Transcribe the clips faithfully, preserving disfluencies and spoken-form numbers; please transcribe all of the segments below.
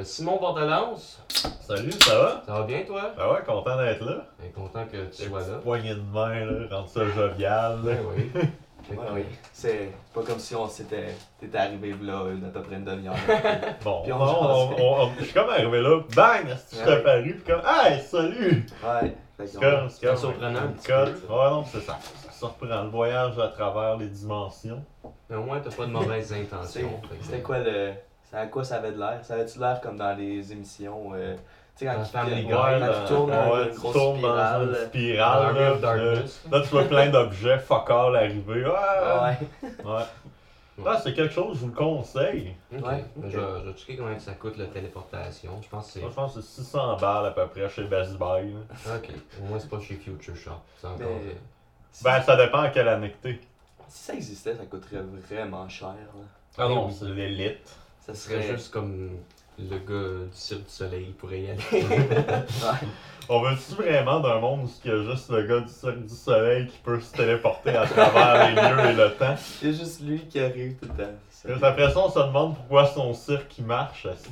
Simon Portelance. Salut, ça va? Ça va bien, toi? Ben ouais, content d'être là. Ben, content que tu sois là. Poignée de main, là, rendre ça jovial. Ben oui. Ouais, oui. C'est pas comme si on s'était. T'étais arrivé là, à peu près une demi-heure. Bon, Puis on non, on, jasait. on- on- je suis comme arrivé là, bang, est-ce que je Ouais, suis ouais. apparu, puis comme, hey, salut! Ouais. Fait C'est qu'on- comme, c'est comme. surprenant un une petit cote. peu. Ouais, non, c'est ça. Ça surprend le voyage à travers les dimensions. Mais au moins, t'as pas de mauvaises C'est- intentions. fait que- C'était quoi le. C'est à quoi ça avait de l'air? Ça avait-tu l'air comme dans les émissions? Euh, tu sais, quand Dans tu Family Guy, quand là, tu tournes dans ouais, une tu grosse tournes dans spirale. une Dans spirale, Army là, of puis là, Darkness. là, tu vois plein d'objets fuck all arriver. Ouais, Ouais. ouais. Ah, c'est quelque chose, je vous le conseille. Ok. Ouais, Ben, ok. Je, vais, je vais checker combien ça coûte la téléportation. Je pense que c'est. Moi, je pense que c'est six cents balles à peu près chez Best Buy. là. Ok. Au moins, c'est pas chez Future Shop. C'est encore. Mais- euh, Si, Ben, ça dépend à quelle année que t'es. si ça existait, ça coûterait vraiment cher. Là. Ah non, oui. c'est l'élite. Ça Ce serait serait. juste comme le gars du Cirque du Soleil qui pourrait y aller. Ouais. On veut-tu vraiment d'un monde où il y a juste le gars du Cirque du Soleil qui peut se téléporter à travers les lieux et le temps? C'est juste lui qui arrive tout le temps. Ça- Et après ça, on se demande pourquoi son cirque il marche. asti.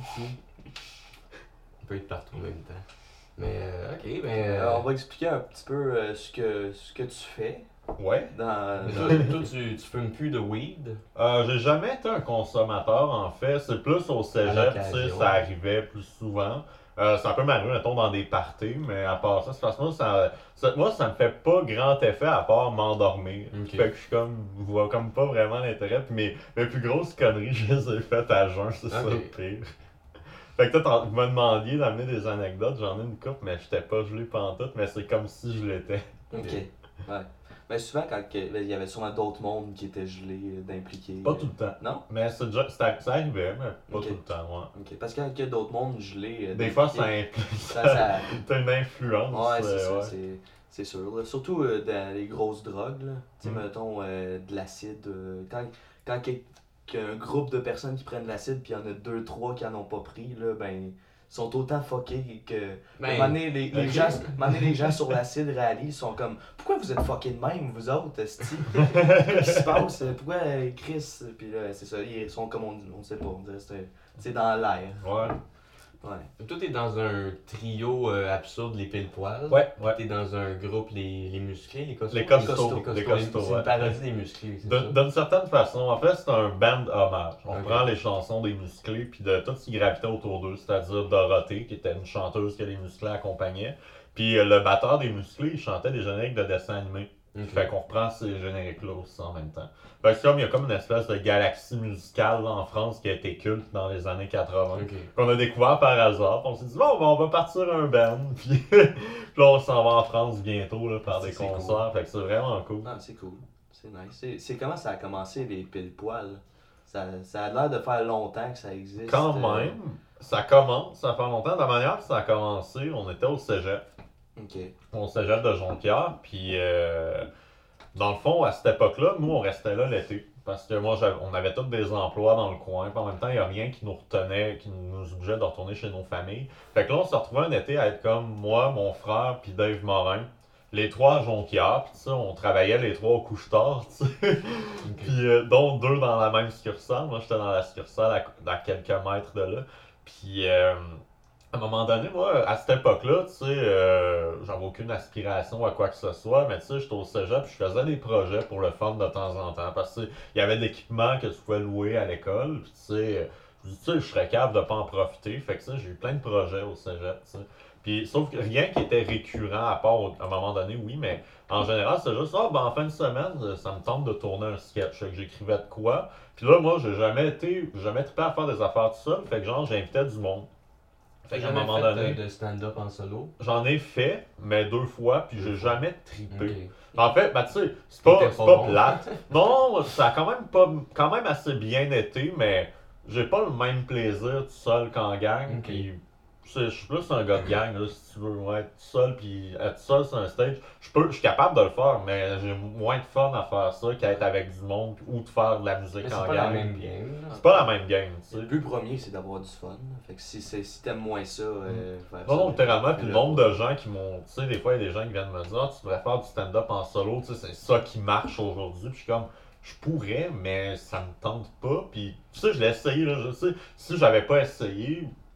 Il peut être partout en même temps. Mais, euh, ok, ben. euh, Alors, on va expliquer un petit peu euh, ce, que, ce que tu fais Ouais. dans. mais toi, toi, tu, tu fumes plus de weed? Euh, j'ai jamais été un consommateur en fait. C'est plus au À cégep, l'occasion. tu sais, ça arrivait plus souvent. Euh, ça peut m'arriver, mettons, dans des parties, mais à part ça, c'est parce que moi, ça, ça, moi, ça me fait pas grand effet à part m'endormir. Ok. Fait que je suis comme, je vois comme pas vraiment l'intérêt. Puis mes, mes plus grosses conneries, je les ai faites à jeun, c'est ça Ok. le pire. Fait que toi, t'en- vous me demandiez d'amener des anecdotes, j'en ai une couple, mais j'étais pas gelé pantoute, mais c'est comme si je l'étais. Ok. Ouais. Mais souvent, quand que- ben, il y avait sûrement d'autres mondes qui étaient gelés, euh, d'impliqués. Pas tout le temps. Non? Mais c'est déjà, c'est- ça arrivait, mais pas Ok. tout le temps, ouais. Ok. Parce que quand il y a d'autres mondes gelés. euh, Des fois, ça d'impliqués, implique. ça. ça... T'as une influence. Ouais, c'est euh, ça. ouais. c'est- C'est sûr. Là. Surtout euh, dans les grosses drogues. Là. Tu sais, Mm. mettons, euh, de l'acide. euh, quand quand qu'il y a un groupe de personnes qui prennent de l'acide, puis il y en a deux, trois qui en ont pas pris, là, ben. Ils sont autant fuckés que. Ben, à un moment donné, les, les ok. gens, à un moment donné, les gens sur l'acide réalisent, sont comme pourquoi vous êtes fuckés de même, vous autres, esti? Qu'est-ce qui se passe? Pourquoi euh, Chris? Puis là, c'est ça, ils sont comme on, on sait pas, on dirait que c'est- c'est dans l'air. Ouais. Ouais. Toi, t'es dans un trio euh, absurde, les pile-poils. Ouais, ouais. T'es dans un groupe, les, les musclés, les costauds. Les costauds, Les costauds. les costauds, C'est ouais. une parodie des musclés, c'est De- ça? D'une certaine façon, en fait, c'est un band hommage. On Ok. prend les chansons des musclés puis de tout ce qui gravitait autour d'eux, c'est-à-dire Dorothée, qui était une chanteuse que les musclés accompagnaient. Puis euh, le batteur des musclés, il chantait des génériques de dessins animés. Ok. Fait qu'on reprend ces génériques-là aussi en même temps. Fait que comme il y a comme une espèce de galaxie musicale là, en France qui a été culte dans les années quatre-vingts. Ok. Qu'on a découvert par hasard. Puis on s'est dit, bon, ben, on va partir un band. Puis, puis là, on s'en va en France bientôt là, par des C'est concerts. Fait que c'est vraiment cool. Ah, c'est cool. C'est nice. C'est- C'est comment ça a commencé, les pile-poils? Ça, ça a l'air de faire longtemps que ça existe. Quand euh, même, ça commence, ça fait longtemps. De la manière que ça a commencé, on était au cégep. Ok. Au cégep de Jonquière. Puis, euh, dans le fond, à cette époque-là, nous, on restait là l'été. Parce que moi, j'avais- on avait tous des emplois dans le coin. Puis en même temps, il n'y a rien qui nous retenait, qui nous obligeait de retourner chez nos familles. Fait que là, on se retrouvait un été à être comme moi, mon frère, puis Dave Morin. Les trois à Jonquière. Puis, tu sais, on travaillait les trois au couche-tard, tu sais. Ok. Puis, euh, dont deux dans la même succursale. Moi, j'étais dans la succursale à, à quelques mètres de là. Puis, euh, à un moment donné, moi, à cette époque-là, tu sais, euh, j'avais aucune aspiration à quoi que ce soit, mais tu sais, j'étais au cégep, puis je faisais des projets pour le fun de temps en temps, parce que tu sais, il y avait d'équipements que tu pouvais louer à l'école, puis tu sais, je dis, tu sais, je serais capable de pas en profiter, fait que ça, j'ai eu plein de projets au cégep, tu sais. Puis, sauf que rien qui était récurrent, à part au- à un moment donné, oui, mais en général, c'est juste, ah, ben en fin de semaine, ça me tente de tourner un sketch, fait que j'écrivais de quoi. Puis là, moi, j'ai jamais été, j'ai jamais trippé à faire des affaires tout seul, fait que genre, j'invitais du monde. Fait T'as qu'à un jamais moment fait donné, de, de stand-up en solo? j'en ai fait, mais deux fois, puis j'ai jamais trippé. Ok. En fait, ben tu sais, c'est pas, T'étais c'est pas pas bon. plate. Non, ça a quand même pas quand même assez bien été, mais j'ai pas le même plaisir tout seul qu'en gang. Ok. Puis tu sais, je suis plus un gars de gang, là, si tu veux, ouais, être tout seul, puis être tout seul sur un stage. Je peux, je suis capable de le faire, mais j'ai moins de fun à faire ça qu'à être avec du monde ou de faire de la musique Mais c'est en pas gang. la même game. là. C'est pas la même game, tu sais. Le but premier, c'est d'avoir du fun. Fait que si, c'est- si t'aimes moins ça, euh, faire Non, ça, non, littéralement, puis le fais-le. nombre de gens qui m'ont. Tu sais, des fois, il y a des gens qui viennent me dire, ah, tu devrais faire du stand-up en solo, tu sais, c'est ça qui marche aujourd'hui. Puis je suis comme, je pourrais, mais ça me tente pas. Puis, tu sais, je l'ai essayé, là. Je sais, si j'avais pas essayé,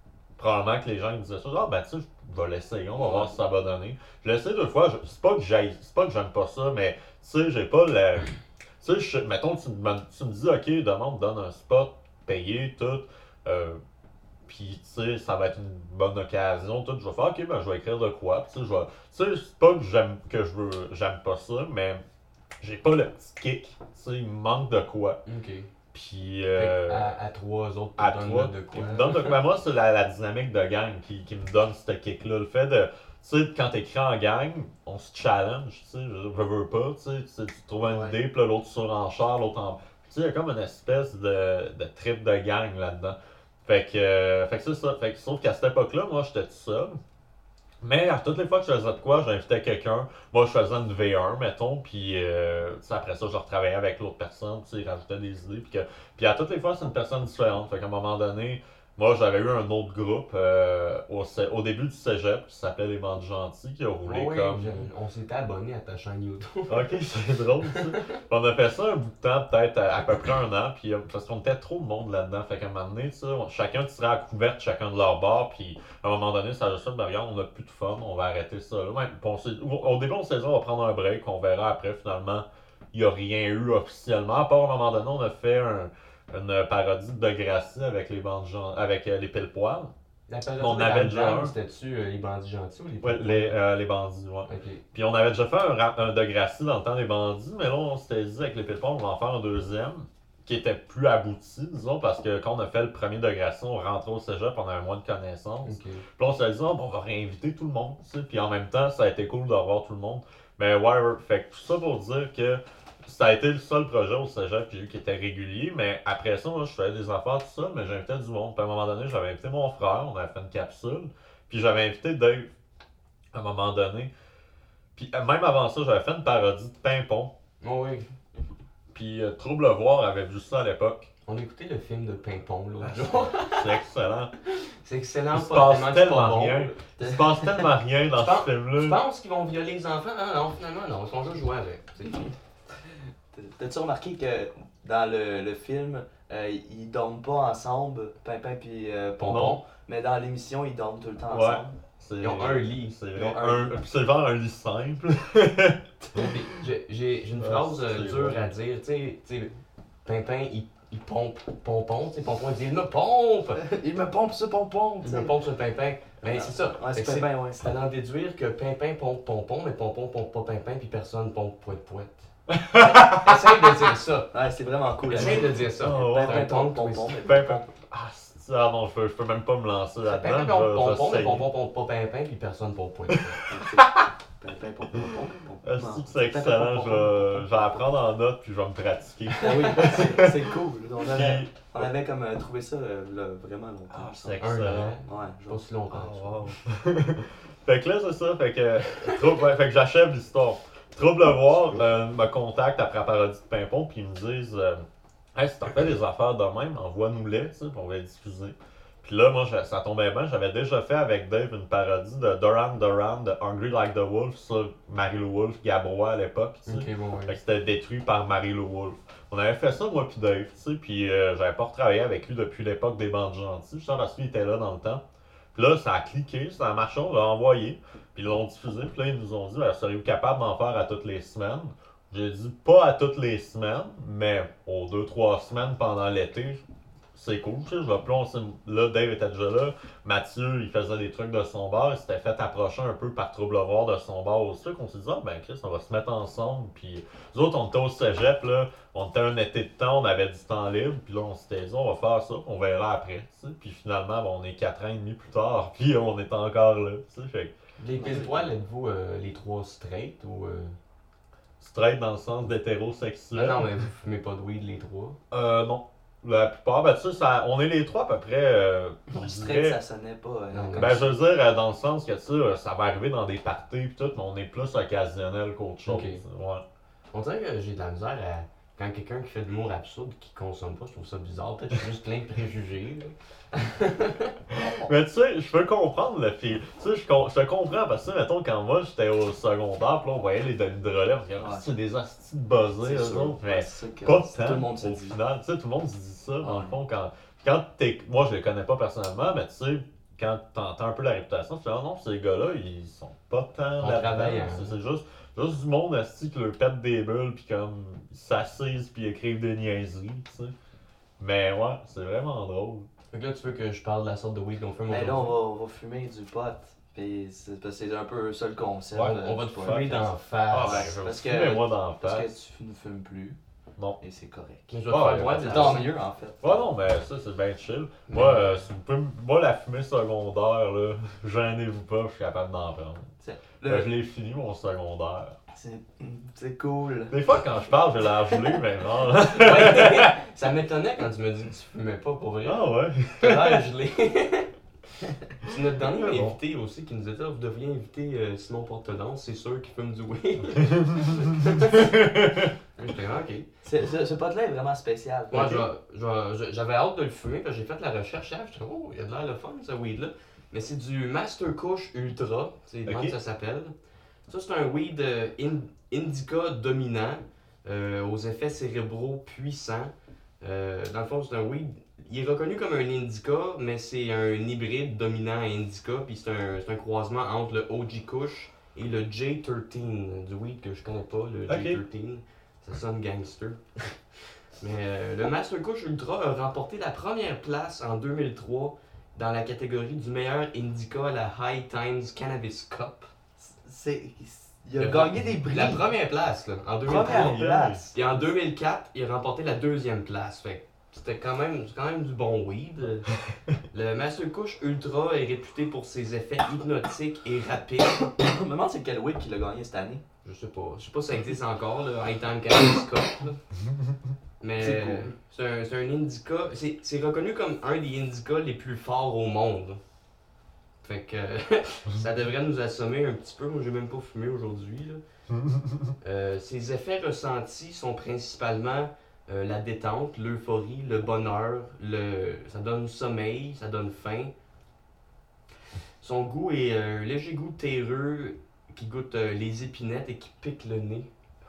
probablement que les gens ils disaient ça, genre, ben tu sais, je vais l'essayer, on va voir si ça va donner. Je l'ai essayé deux fois, je- c'est pas que j'aille, c'est pas que j'aime pas ça, mais tu sais, j'ai pas le. Tu sais, je- mettons, tu, me tu me dis, ok, demain, on me donne un spot, payé, tout. Euh, Puis, tu sais, ça va être une bonne occasion, tout. Je vais faire, ok, ben, je vais écrire de quoi. Puis, tu sais, je vais. Tu sais, c'est pas que j'aime, que je veux, j'aime pas ça, mais j'ai pas le petit kick. Tu sais, il me manque de quoi. Ok. Puis, Fait euh, que à, à trois autres, à tu donnes toi, de quoi. qui me donne de quoi. Moi, c'est la, la dynamique de gang qui, qui me donne ce kick-là. Le fait de. Tu sais, quand t'écris en gang, on se challenge, tu sais, je, je veux pas, tu sais, tu sais, tu trouves une Ouais. idée, puis là, l'autre surenchère, l'autre en. Tu sais, il y a comme une espèce de, de trip de gang là-dedans. Fait que, euh, fait que c'est ça. Fait que, sauf qu'à cette époque-là, moi, j'étais tout seul. Mais à toutes les fois que je faisais de quoi, j'invitais quelqu'un. Moi, je faisais une V un, mettons, puis euh, tu sais, après ça, je retravaillais avec l'autre personne, tu sais, rajoutais des idées. Puis, que, puis à toutes les fois, c'est une personne différente. Fait qu'à un moment donné, moi, j'avais eu un autre groupe euh, au, cé- au début du cégep qui s'appelait Les Bandits Gentils, qui a roulé Ouais, ouais, comme. je- on s'était abonné à ta chaîne YouTube. Ok, c'est drôle ça. Puis on a fait ça un bout de temps, peut-être à, à peu près un an, puis euh, parce qu'on était trop de monde là-dedans. Fait qu'à un moment donné, ça, on- chacun tirait à la couverte, chacun de leur bord, puis à un moment donné, ça a juste fait, ben regarde, on a plus de fun, on va arrêter ça là. Même, puis on s'est- au, au début, on s'est dit, on va prendre un break, on verra après, finalement, il n'y a rien eu officiellement. À part à un moment donné, on a fait un- une parodie de Degrassi avec les bandes gen- avec euh, les pile-poils. La période On de avait la déjà gang, un. C'était-tu euh, les bandits gentils ou les Ouais, petits les, pois? euh, les bandits, ouais. Ok. Puis on avait déjà fait un, ra- un Degrassi dans le temps des bandits, mais là on s'était dit avec les pile-poils, on va en faire un deuxième, qui était plus abouti, disons, parce que quand on a fait le premier Degrassi, on rentrait au cégep, on avait moins de connaissances. Ok. Puis là, on s'est dit, oh, bon, on va réinviter tout le monde, tu sais. Puis en même temps, ça a été cool de revoir tout le monde. Mais ouais, ouais, fait que tout ça pour dire que ça a été le seul projet au cégep que j'ai eu qui était régulier. Mais après ça, moi, je faisais des affaires tout seul, mais j'invitais du monde. Puis à un moment donné, j'avais invité mon frère, on avait fait une capsule. Puis j'avais invité Dave à un moment donné. Puis euh, même avant ça, j'avais fait une parodie de Pimpon. Oh, oui. Puis euh, Trouble Voir avait vu ça à l'époque. On a écouté le film de Pimpon l'autre Ah, jour. C'est excellent. C'est excellent, Il se pas passe tellement, tellement pas bon. rien. Il se passe tellement rien dans Tu ce penses- Tu film-là. penses qu'ils vont violer les enfants? Non, non, finalement, non. Ils sont juste joués avec. C'est tout. T'as-tu remarqué que dans le, le film, euh, ils dorment pas ensemble, Pimpin puis euh, Pompon, Non. mais dans l'émission, ils dorment tout le temps Ouais. ensemble. C'est- Ils ont un lit. C'est Ils vrai. ont un Un- C'est genre un lit simple. J'ai j'ai- j'ai une Ah, phrase euh, c'est dure vrai. à dire. Tu sais, tu sais, Pimpin, il, il pompe Pompon. Tu sais, Pompon, il dit il me pompe! Il me pompe ce Pompon, tu Il sais. me pompe sur Pimpin. Mais c'est ça. Ouais, c'est Fait que Pimpin, ouais. C'est à en déduire que Pimpin pompe Pompon, mais Pompon pompe pas Pimpin, puis personne pompe Pouette Pouette. Essaye de dire ça. Ouais, c'est vraiment cool. Essaye de dire ça. Oh, ouais. C'est un Pimpin, tongue Pompon, twist. mais Pimpin. Ah, c'est- ah non, je peux, je peux même pas me lancer Pimpin là-dedans. pompe Je- Pompon, mais j'essaye. Pompon pompe pas Pimpin, puis personne pompe Pouette Pouette. Pimpin, Pompon, Pompon. Ah, c'est que c'est excellent, je vais, je vais apprendre en note puis je vais me pratiquer. Ah oui, c'est- c'est cool. On avait, Puis- on avait comme euh, trouvé ça euh, là, vraiment longtemps. Ah, je c'est pense. Un excellent. an. Ouais, Pas genre. si longtemps. Ah, wow. Fait que là, c'est ça, fait que, Trouble- ouais, fait que j'achève l'histoire. Trouble voir euh, me contacte après la parodie de Pimpon, puis ils me disent euh, Hey, si t'en fais des affaires de même, envoie-nous-les, tu sais, puis on va les diffuser. Puis là, moi, je- ça tombait bien, j'avais déjà fait avec Dave une parodie de Duran Duran de Hungry Like the Wolf sur Marie-Lou Wolfe Gabrois à l'époque, tu sais. Ok, bon, Fait ouais. que c'était détruit par Marie-Lou Wolfe. On avait fait ça, moi puis Dave, tu sais, puis euh, j'avais pas retravaillé avec lui depuis l'époque des bandes gentilles, je sais parce qu'il était là dans le temps. Puis là, ça a cliqué, ça a marché, on l'a envoyé, puis ils l'ont diffusé, puis là, ils nous ont dit, ben, seriez-vous capable d'en faire à toutes les semaines? J'ai dit, pas à toutes les semaines, mais aux deux, trois semaines pendant l'été, c'est cool, tu sais, je vais plus, on s'est- là, Dave était déjà là, Mathieu, il faisait des trucs de son bar, il s'était fait approcher un peu par Trouble Voir de son bar aussi, qu'on s'est dit, ah ben Chris, on va se mettre ensemble, puis nous autres, on était au cégep, là, on était un été de temps, on avait du temps libre, puis là, on s'était dit, on va faire ça, on verra après, tu sais, puis finalement, ben, on est quatre ans et demi plus tard, puis on est encore là, tu sais, fait que Les pile poils, êtes-vous euh, les trois straight ou. Euh... straight dans le sens d'hétérosexuel. Non, non, mais vous fumez pas de weed les trois. Euh, non. La plupart, ben tu sais, ça, on est les trois à peu près, euh, je Straight, dirais- ça sonnait pas. euh, Non, comme Ben, ça. je veux dire, euh, dans le sens que, tu sais, euh, ça va arriver dans des parties pis tout, mais on est plus occasionnel qu'autre chose. Ok. Ouais. On dirait que j'ai de la misère à. Quand quelqu'un qui fait de l'humour absurde qui consomme pas, je trouve ça bizarre. Peut-être que j'ai juste plein de préjugés. Là. Mais tu sais, je peux comprendre le fil. Tu sais, je, com- je te comprends parce que, mettons, quand moi j'étais au secondaire, pis là, on voyait les demi de relais, on se disait, Ouais. c'est des hosties de buzzés, C'est eux sûr. autres. Ouais, Mais c'est ça que pas tout tant, le monde se au dit. final. Tu sais, tout le monde se dit ça, dans Ouais. le fond, quand, quand t'es. Moi, je les connais pas personnellement, mais tu sais, quand t'entends un peu la réputation, tu fais, ah non, ces gars-là, ils sont pas tant On là-dedans. travaille, hein. C'est c'est juste, juste du monde esti, qui leur pète des bulles, puis comme, ils s'assisent, puis ils écrivent des niaiseries, tu sais. Mais ouais, c'est vraiment drôle. Fait que là, tu veux que je parle de la sorte de weed qu'on fume Mais là, on aujourd'hui? va, on va fumer du pot. Puis c'est parce que c'est un peu ça le concept. Ouais, euh, On va du te podcast. fumer d'en Ah face. ben, je vais Parce vous que- fumer moi dans la Parce que face. tu ne fumes plus. Non. Et c'est correct. Mais je vais Ah, te faire ouais, droit ouais, de Tant la mieux, en fait. Ouais, non, mais ça, c'est bien chill. Mais- Moi, euh, si vous pouvez m- moi, la fumée secondaire, là, gênez-vous pas, je suis capable d'en prendre. C'est- Ben, le- je l'ai fini, mon secondaire. C'est c'est cool. Des fois, quand je parle, j'ai l'air gelé, mais non. Ouais, ça m'étonnait quand tu me dis que tu fumais pas pour vrai. Ah ouais. T'as l'air gelé. C'est notre dernier Ouais, bon. invité aussi qui nous a dit, vous devriez inviter euh, Simon Portelance, c'est sûr qu'il fume du weed. J'étais ah, ok. C'est- Ce ce pot-là est vraiment spécial. Moi, je vais- je vais- je- j'avais hâte de le fumer, parce que j'ai fait la recherche hier, j'étais oh, il y a de l'air le fun ce weed-là. Mais c'est du Master Kush Ultra, c'est comment Ok. ça s'appelle. Ça, c'est un weed euh, in- indica dominant, euh, aux effets cérébraux puissants. Euh, dans le fond, c'est un weed. Il est reconnu comme un indica, mais c'est un hybride dominant à indica, puis c'est un, c'est un croisement entre le O G Kush et le J treize, du weed que je connais pas, le Ok. J treize. Ça sonne gangster. Mais euh, le Master Kush Ultra a remporté la première place en deux mille trois dans la catégorie du meilleur indica à la High Times Cannabis Cup. C'est. Il a Le- gagné des prix. La première place, là, en deux mille trois. Première place. Et en deux mille quatre, il a remporté la deuxième place. Fait que c'était quand même, c'est quand même du bon weed. Le Master Kush Ultra est réputé pour ses effets hypnotiques et rapides. Je me demande c'est quel weed qu'il a gagné cette année. Je sais pas. Je sais pas si ça existe encore, le High Time Cannabis Cup. là. Mais C'est cool. c'est un, c'est un indica. C'est, c'est reconnu comme un des indicas les plus forts au monde. Fait que ça devrait nous assommer un petit peu. Moi, j'ai même pas fumé aujourd'hui. là. Euh, ses effets ressentis sont principalement euh, la détente, l'euphorie, le bonheur, le... ça donne sommeil, ça donne faim. Son goût est euh, un léger goût terreux qui goûte euh, les épinettes et qui pique le nez.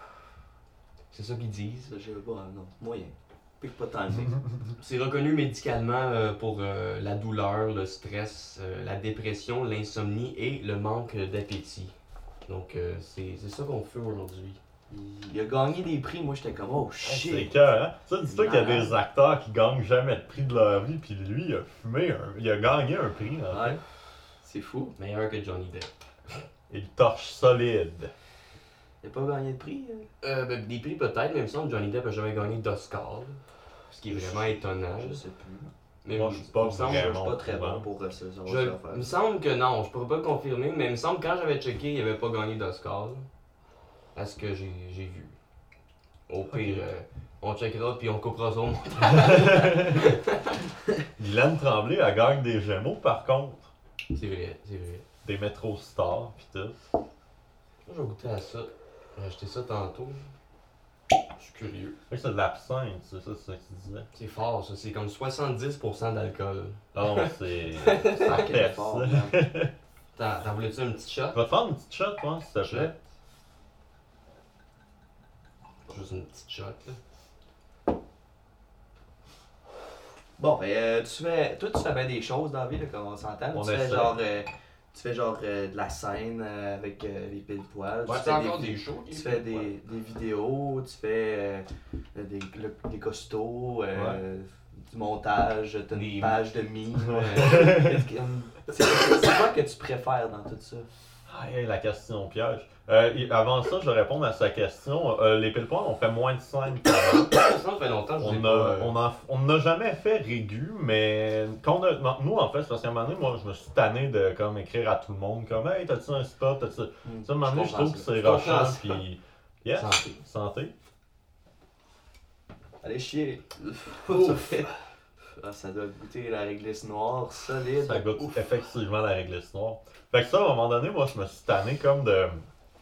C'est ça qu'ils disent. Ça, je sais pas, non. Moyen. Pique pas tant le nez. C'est reconnu médicalement euh, pour euh, la douleur, le stress, euh, la dépression, l'insomnie et le manque d'appétit. Donc euh, c'est c'est ça qu'on fait aujourd'hui. Il a gagné des prix, moi j'étais comme oh C'est shit. cœur, hein? Ça, dis-toi qu'il y a Malade. des acteurs qui gagnent jamais de prix de leur vie, puis lui, il a fumé, un... il a gagné un prix, en fait. Ouais. C'est fou. Meilleur que Johnny Depp. Il torche solide. Il a pas gagné de prix. hein? Euh, ben, des prix peut-être, mais il me semble que Johnny Depp a jamais gagné d'Oscar. là. Ce qui est vraiment étonnant. Je là. sais plus. Mais Moi, il- je suis pas il me semble- Je suis vraiment pas très courant. bon pour euh, ça. ça va Je- se il faire. me semble que non, je pourrais pas le confirmer, mais il me semble que quand j'avais checké, il avait pas gagné d'Oscar. là. À ce que j'ai j'ai vu. Au pire, euh, on checkera puis on coupera ça au montage. Guylaine Tremblay, elle gagne des Gémeaux, par contre. C'est vrai, c'est vrai. Des Metro Stars, pis tout. Moi, je vais goûter à ça. J'ai acheté ça tantôt. Je suis curieux. Fait que c'est de l'absinthe, c'est ça, c'est ça que tu disais. C'est fort, ça. C'est comme soixante-dix pour cent d'alcool. Non, c'est. Ah, ça quel pèse, effort, ça. man. T'en t'en voulais-tu une petite shot? Je vais te faire une petite shot, moi, s'il te plaît. Juste une petite shot, là. Bon, ben, euh, tu fais. Toi, tu fais bien des choses dans la vie, là, comme on s'entend. On Tu fais essaie. genre. euh, tu fais genre euh, de la scène euh, avec euh, les pile poils. Ouais, tu c'est fais encore des, des shows. Tu fais des, des vidéos, tu fais euh, des, le- des costauds, euh, du montage, t'as Des- une page de mime. Ouais. euh, c'est c'est quoi que tu préfères dans tout ça? Aïe, aïe, la question piège. Euh, et avant ça, je vais répondre à sa question. Euh, les pile on fait moins de scènes qu'avant. Ça fait longtemps que je On l'ai a- pas... euh, on en- on n'a jamais fait régu, mais quand on a- non, nous en fait, c'est parce qu'à un moment donné, moi je me suis tanné de comme écrire à tout le monde comme hey, t'as-tu un spot, t'as-tu. Ça, Hmm, à un moment donné, je comprends trouve que ça. c'est Je comprends rochant, ça. puis. Yes, Santé. santé. Allez chier. Ouf. Ça fait- Ah, ça doit goûter la réglisse noire, solide. Ça goûte Ouf. effectivement la réglisse noire. Fait que ça, à un moment donné, moi je me suis tanné comme de.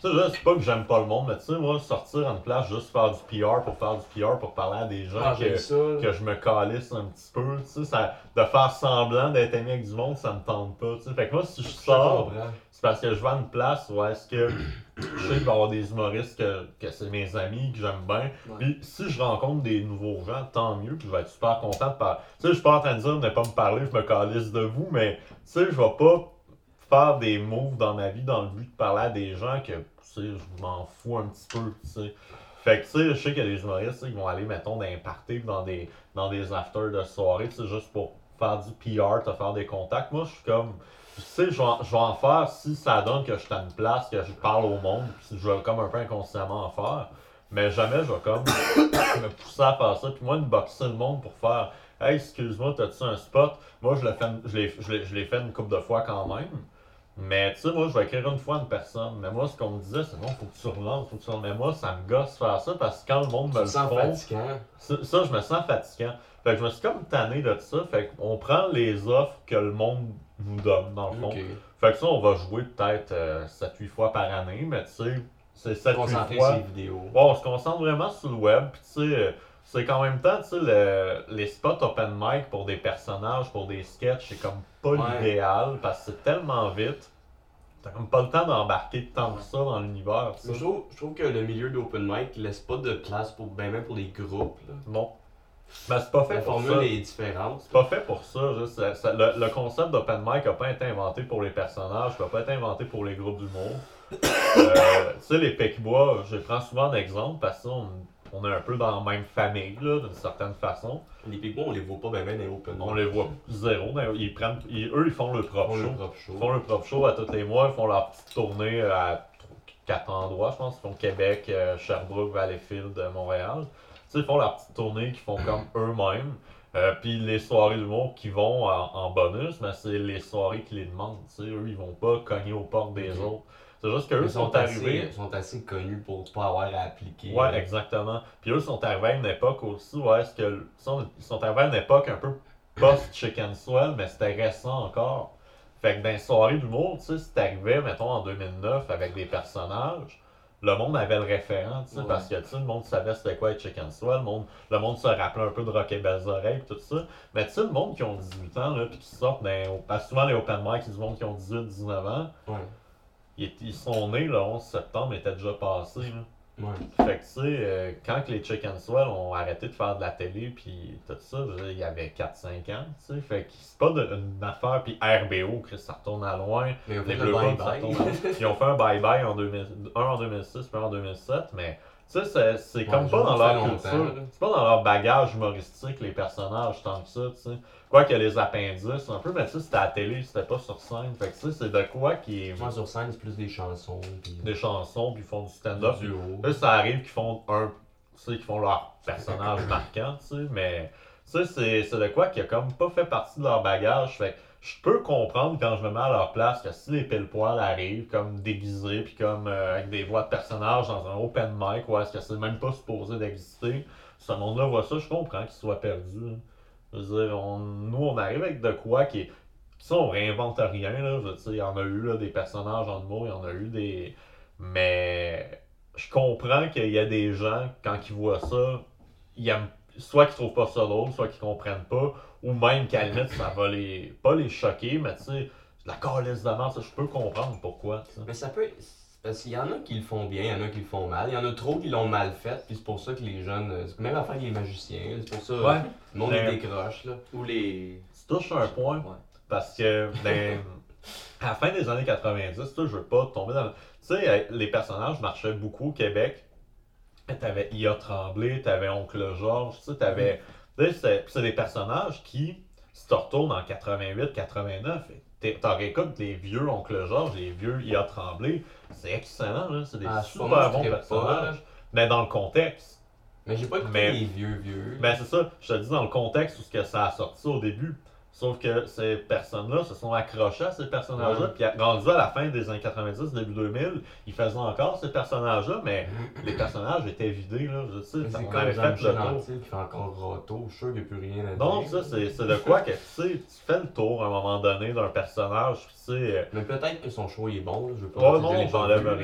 Tu sais, là, c'est pas que j'aime pas le monde, mais tu sais, moi, sortir en place, juste faire du P R pour faire du P R, pour parler à des gens Ah, que, j'ai ça. là. que je me calisse un petit peu, tu sais, ça, de faire semblant d'être ami avec du monde, ça me tente pas, tu sais. Fait que moi, si je Je te sors, comprends. c'est parce que je vais à une place où est-ce que je sais qu'il va y avoir des humoristes que, que c'est mes amis, que j'aime bien. Ouais. Puis si je rencontre des nouveaux gens, tant mieux, puis je vais être super content de parler. Tu sais, je suis pas en train de dire ne pas me parler, je me calisse de vous, mais tu sais, je vais pas faire des moves dans ma vie dans le but de parler à des gens que, tu sais, je m'en fous un petit peu, tu sais. Fait que, tu sais, je sais qu'il y a des humoristes, tu sais, qui vont aller, mettons, dans un party, dans des, dans des afters de soirée, tu sais, juste pour faire du P R, te faire des contacts. Moi, je suis comme, tu sais, je vais, en- je vais en faire si ça donne que je suis à une place, que je parle au monde, puis je vais comme un peu inconsciemment en faire. Mais jamais je vais comme me pousser à faire ça, puis moi, de boxer le monde pour faire, hey, excuse-moi, t'as-tu un spot? Moi, je l'ai fait, je l'ai, je l'ai, je l'ai fait une couple de fois quand même. Mais tu sais, moi, je vais écrire une fois à une personne. Mais moi, ce qu'on me disait, c'est non, faut que tu relances, faut que tu relances. Mais moi, ça me gosse faire ça parce que quand le monde me Tu le te sens font, fatigant. ça, ça, je me sens fatigant. Fait que je me suis comme tanné de ça. Fait qu'on prend les offres que le monde nous donne, dans le fond. Ok. Fait que ça, on va jouer peut-être euh, sept huit fois par année, mais tu sais, c'est sept huit Concentrer fois. sur les vidéos. Ouais, on se concentre vraiment sur le web, puis tu sais, euh, c'est qu'en même temps, tu sais, le- les spots open mic pour des personnages, pour des sketchs, c'est comme pas Ouais. l'idéal, parce que c'est tellement vite, t'as comme pas le temps d'embarquer tant que ça dans l'univers, tu Mais sais. je trouve, je trouve que le milieu d'open mic laisse pas de place pour ben même pour les groupes. Là. Non. Ben, c'est pas fait La pour formule ça. est différente. C'est pas fait pour ça. Juste, ça- ça- le, le concept d'open mic a pas été inventé pour les personnages, ça a pas été inventé pour les groupes d'humour. Euh, tu sais, les Péquibois, je les prends souvent en exemple parce que on, on est un peu dans la même famille, là, d'une certaine façon. Les Pigbois, on les voit pas ben ben dans les open mic. On les voit zéro. mais Ils prennent, ils- eux, ils font le Ils propre font show. leur propre show. Ils font le propre show à tous les mois. Ils font leur petite tournée à quatre endroits, je pense. Ils font Québec, euh, Sherbrooke, Valleyfield, euh, Montréal. Tu sais, ils font leur petite tournée qu'ils font comme eux-mêmes. Euh, Puis les soirées d'humour qui vont en, en bonus, mais c'est les soirées qui les demandent. Tu sais, eux, ils vont pas cogner aux portes des Ok. autres. C'est juste qu'eux Ils sont, sont, arrivés. assez, sont assez connus pour pas avoir à appliquer. Ouais, exactement. Puis eux sont arrivés à une époque aussi où est-ce que. Ils sont, ils sont arrivés à une époque un peu post-Chicken Swell, mais c'était récent encore. Fait que dans les soirées d'humour, tu sais, c'est arrivé, mettons, en deux mille neuf avec des personnages, le monde avait le référent, tu sais, Ouais. parce que, tu sais, le monde savait c'était quoi être Chicken Swell, le monde, le monde se rappelait un peu de Rock et Belles Oreilles, pis tout ça. Mais tu sais, le monde qui ont dix-huit ans, là, pis qui sortent dans. Parce que souvent, les open mic, c'est du monde qui ont dix-huit dix-neuf ans, Ouais. ils, ils sont nés le onze septembre, ils étaient déjà passés, là. Ouais. Fait que tu sais, euh, quand que les Chicken Swell ont arrêté de faire de la télé puis tout ça, je veux dire, il y avait quatre cinq ans, tu sais, fait que c'est pas de- une affaire, puis R B O, Chris, ça retourne à loin, Mais on les fait Bleu le Bombs, bye ça bye. retourne à loin. Ils ont fait un bye-bye en deux mille, un en deux mille six, puis un en deux mille sept, mais tu sais, c'est, c'est comme Ouais, pas dans ça fait leur longtemps, culture, là. c'est pas dans leur bagage humoristique, les personnages, tant que ça, tu sais. Quoi qu'il y a les appendices un peu, mais tu sais, c'était à la télé, c'était pas sur scène, fait que tu sais, c'est de quoi qui est Moi sur scène, c'est plus des chansons. Puis des chansons, puis ils font du stand-up, du duo. là, ça arrive qu'ils font un. Tu sais, qu'ils font leur personnage marquant, tu sais, mais. Tu sais, c'est, c'est de quoi qui a comme pas fait partie de leur bagage. Fait que je peux comprendre quand je me mets à leur place que si les pile-poils arrivent, comme déguisés, puis comme euh, avec des voix de personnages dans un open mic, ou est-ce que c'est même pas supposé d'exister, ce monde-là voit ça, je comprends qu'ils soient perdus. Hein. Je veux dire, on, nous, on arrive avec de quoi qui est. Ça, on réinvente rien, là. Je veux dire, il y en a eu là, des personnages en humour, il y en a eu des. Mais je comprends qu'il y a des gens, quand ils voient ça, ils aiment, soit qu'ils trouvent pas ça drôle, soit qu'ils comprennent pas, ou même qu'à la limite, ça va les. Pas les choquer, mais tu sais, la calisse de merde, ça, je peux comprendre pourquoi. tu sais. Mais ça peut. Parce qu'il y en a qui le font bien, il y en a qui le font mal. Il y en a trop qui l'ont mal fait, puis c'est pour ça que les jeunes. euh, C'est même affaire avec les magiciens, c'est pour ça Ouais. le monde Mais- les décroche. Là. Ou les. Tu touches un point, Ouais. parce que ben, à la fin des années quatre-vingt-dix, tu sais, je veux pas tomber dans. le- Tu sais, les personnages marchaient beaucoup au Québec. T'avais I A Tremblay, t'avais Oncle Georges, tu sais, t'avais. Tu sais, c'est, c'est des personnages qui, si tu retournes en quatre-vingt-huit quatre-vingt-neuf, t'es- t'en récoltes les vieux Oncle Georges, les vieux I A Tremblay, c'est excellent, là, c'est des Ah, c'est pas super moi, je bons trippe pas, personnages. là. Mais dans le contexte. Mais j'ai pas écouté Mais- les vieux vieux. Ben c'est ça, je te dis dans le contexte où ce que ça a sorti au début. Sauf que ces personnes-là se sont accrochées à ces personnages-là, Ouais. puis rendu à la fin des années quatre-vingt-dix, début deux mille, ils faisaient encore ces personnages-là, mais les personnages étaient vidés, là, je sais, Mais c'est on comme avait fait Jean-Michel le tour. Anctil qui fait encore Roto, je suis sûr qu'il n'y a plus rien à dire. Non, ça, c'est c'est de quoi que, tu sais, tu fais le tour à un moment donné d'un personnage, puis tu sais, euh, Mais peut-être que son show il est bon, là, je veux pas ouais, dire, je non, l'ai pas j'enlève vu, rien. là.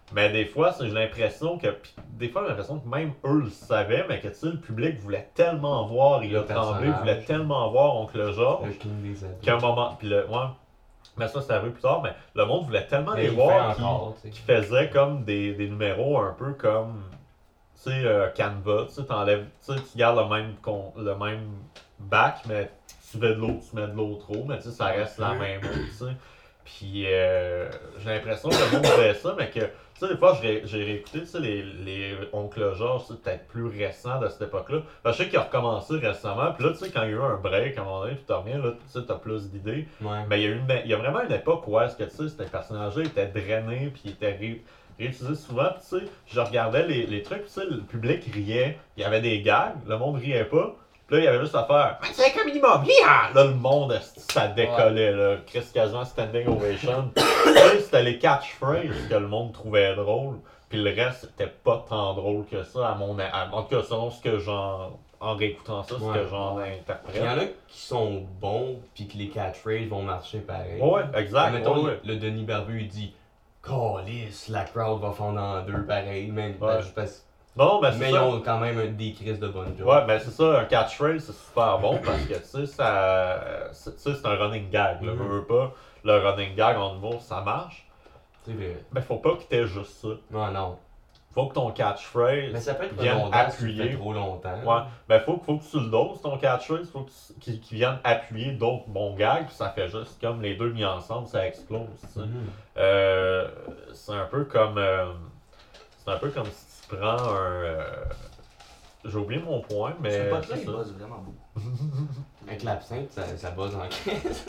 Mais des fois, c'est- j'ai l'impression que. Pis des fois, j'ai l'impression que même eux le savaient, mais que tu sais, le public voulait tellement voir Il a Le tremblé, personnage. voulait tellement voir Oncle George, Le King des adultes. qu'à un moment. Puis le. Ouais. Mais ça, c'est arrivé plus tard, mais le monde voulait tellement Mais les il voir fait qu'ils encore, tu sais. qu'ils faisaient comme des, des numéros un peu comme. Tu sais, euh, Canva, tu sais, t'enlèves. Tu sais, tu gardes le même, con- le même bac, mais tu mets de l'eau, tu mets de l'eau trop, mais tu sais, ça reste la même eau, tu sais. Puis euh, j'ai l'impression que le monde faisait ça, mais que, tu sais, des fois, j'ai j'ai réécouté, tu sais, les, les Oncle George, c'est peut-être plus récent de cette époque-là. Parce que je sais qu'il a recommencé récemment, puis là, tu sais, quand il y a eu un break, à un moment donné, puis tu reviens, là, tu sais, t'as plus d'idées. Ouais. Mais il y, a une, il y a vraiment une époque où est-ce que, tu sais, ces personnages-là étaient drainés, puis ils étaient ré, réutilisés souvent, puis tu sais, je regardais les, les trucs, tu sais, le public riait, il y avait des gags, le monde riait pas. Puis là, il y avait juste à faire vingt-cinq un minimum, yeah! Là, le monde, ça décollait, là. Chris quasiment standing ovation. Là, c'était les catchphrases que le monde trouvait drôle. Puis le reste, c'était pas tant drôle que ça, à mon à, en tout cas, selon ce que j'en. En réécoutant ça, ce Ouais. que j'en Il y en interprète. a qui sont bons, puis que les catchphrases vont marcher pareil. Ouais, exact. Mettons, ouais, ouais. le Denis Barbu, il dit Calice, la crowd va fondre en deux pareil. Mais, Ouais. je pense- Non, mais c'est mais ils ça. ont quand même un- des crises de bonne job. Ouais, ben c'est ça, un catchphrase, c'est super bon parce que, tu sais, ça. c'est- Tu sais, c'est un running gag, là. Mhm. Veux, veux pas, le running gag en humour, ça marche. C'est vrai. Mais faut pas que t'aies juste ça. Non, non. Faut que ton catchphrase. Mais ça peut être vienne redondant si tu le appuyer. fais trop longtemps. Ouais, ben faut, faut que tu le doses ton catchphrase, faut que tu- qu'il qu'il vienne appuyer d'autres bons gags, puis ça fait juste comme les deux mis ensemble, ça explose, tu sais. Mhm. Euh, c'est un peu comme. euh, c'est un peu comme si tu prends un. euh, j'ai oublié mon point, mais. Ce pote-là, c'est il ça. bosse vraiment beau. Avec l'absinthe, ça, ça buzz en caisse.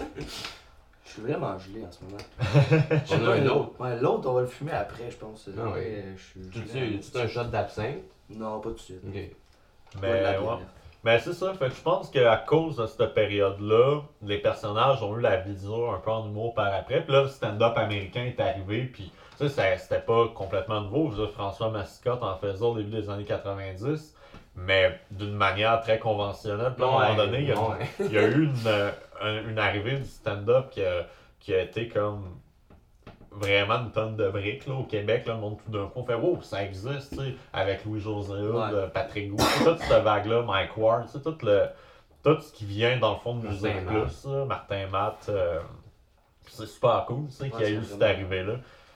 Je suis vraiment gelé en ce moment. Je sais On a pas, un l'autre. autre. Ouais, l'autre, on va le fumer après, je pense. Ah oui. Ouais, je suis Tu gelé. tu un shot d'absinthe? Non, pas tout de suite. Ok. Pas de la Mais, bière. ouais. Mais c'est ça, fait que je pense qu'à cause de cette période-là, les personnages ont eu la vision un peu en humour par après. Puis là, le stand-up américain est arrivé, puis tu sais, ça- c'était pas complètement nouveau. Je veux dire, François Massicotte en faisait au début des années quatre-vingt-dix, mais d'une manière très conventionnelle. Puis là, à un moment donné, il y a, Ouais. il y a eu une, euh, un- une arrivée du stand-up qui a, qui a été comme vraiment une tonne de briques là, au Québec. Là, le monde tout d'un coup fait wow, ça existe, tu sais, avec Louis-José Hood, Ouais. euh, Patrick Gou, toute cette vague-là, Mike Ward, tu sais, tout, le, tout ce qui vient dans le fond de Martin Musique Matt. Plus, là, Martin Matt, euh, c'est super cool, tu sais, qu'il y a Ouais, eu c'est cette vraiment- arrivée-là.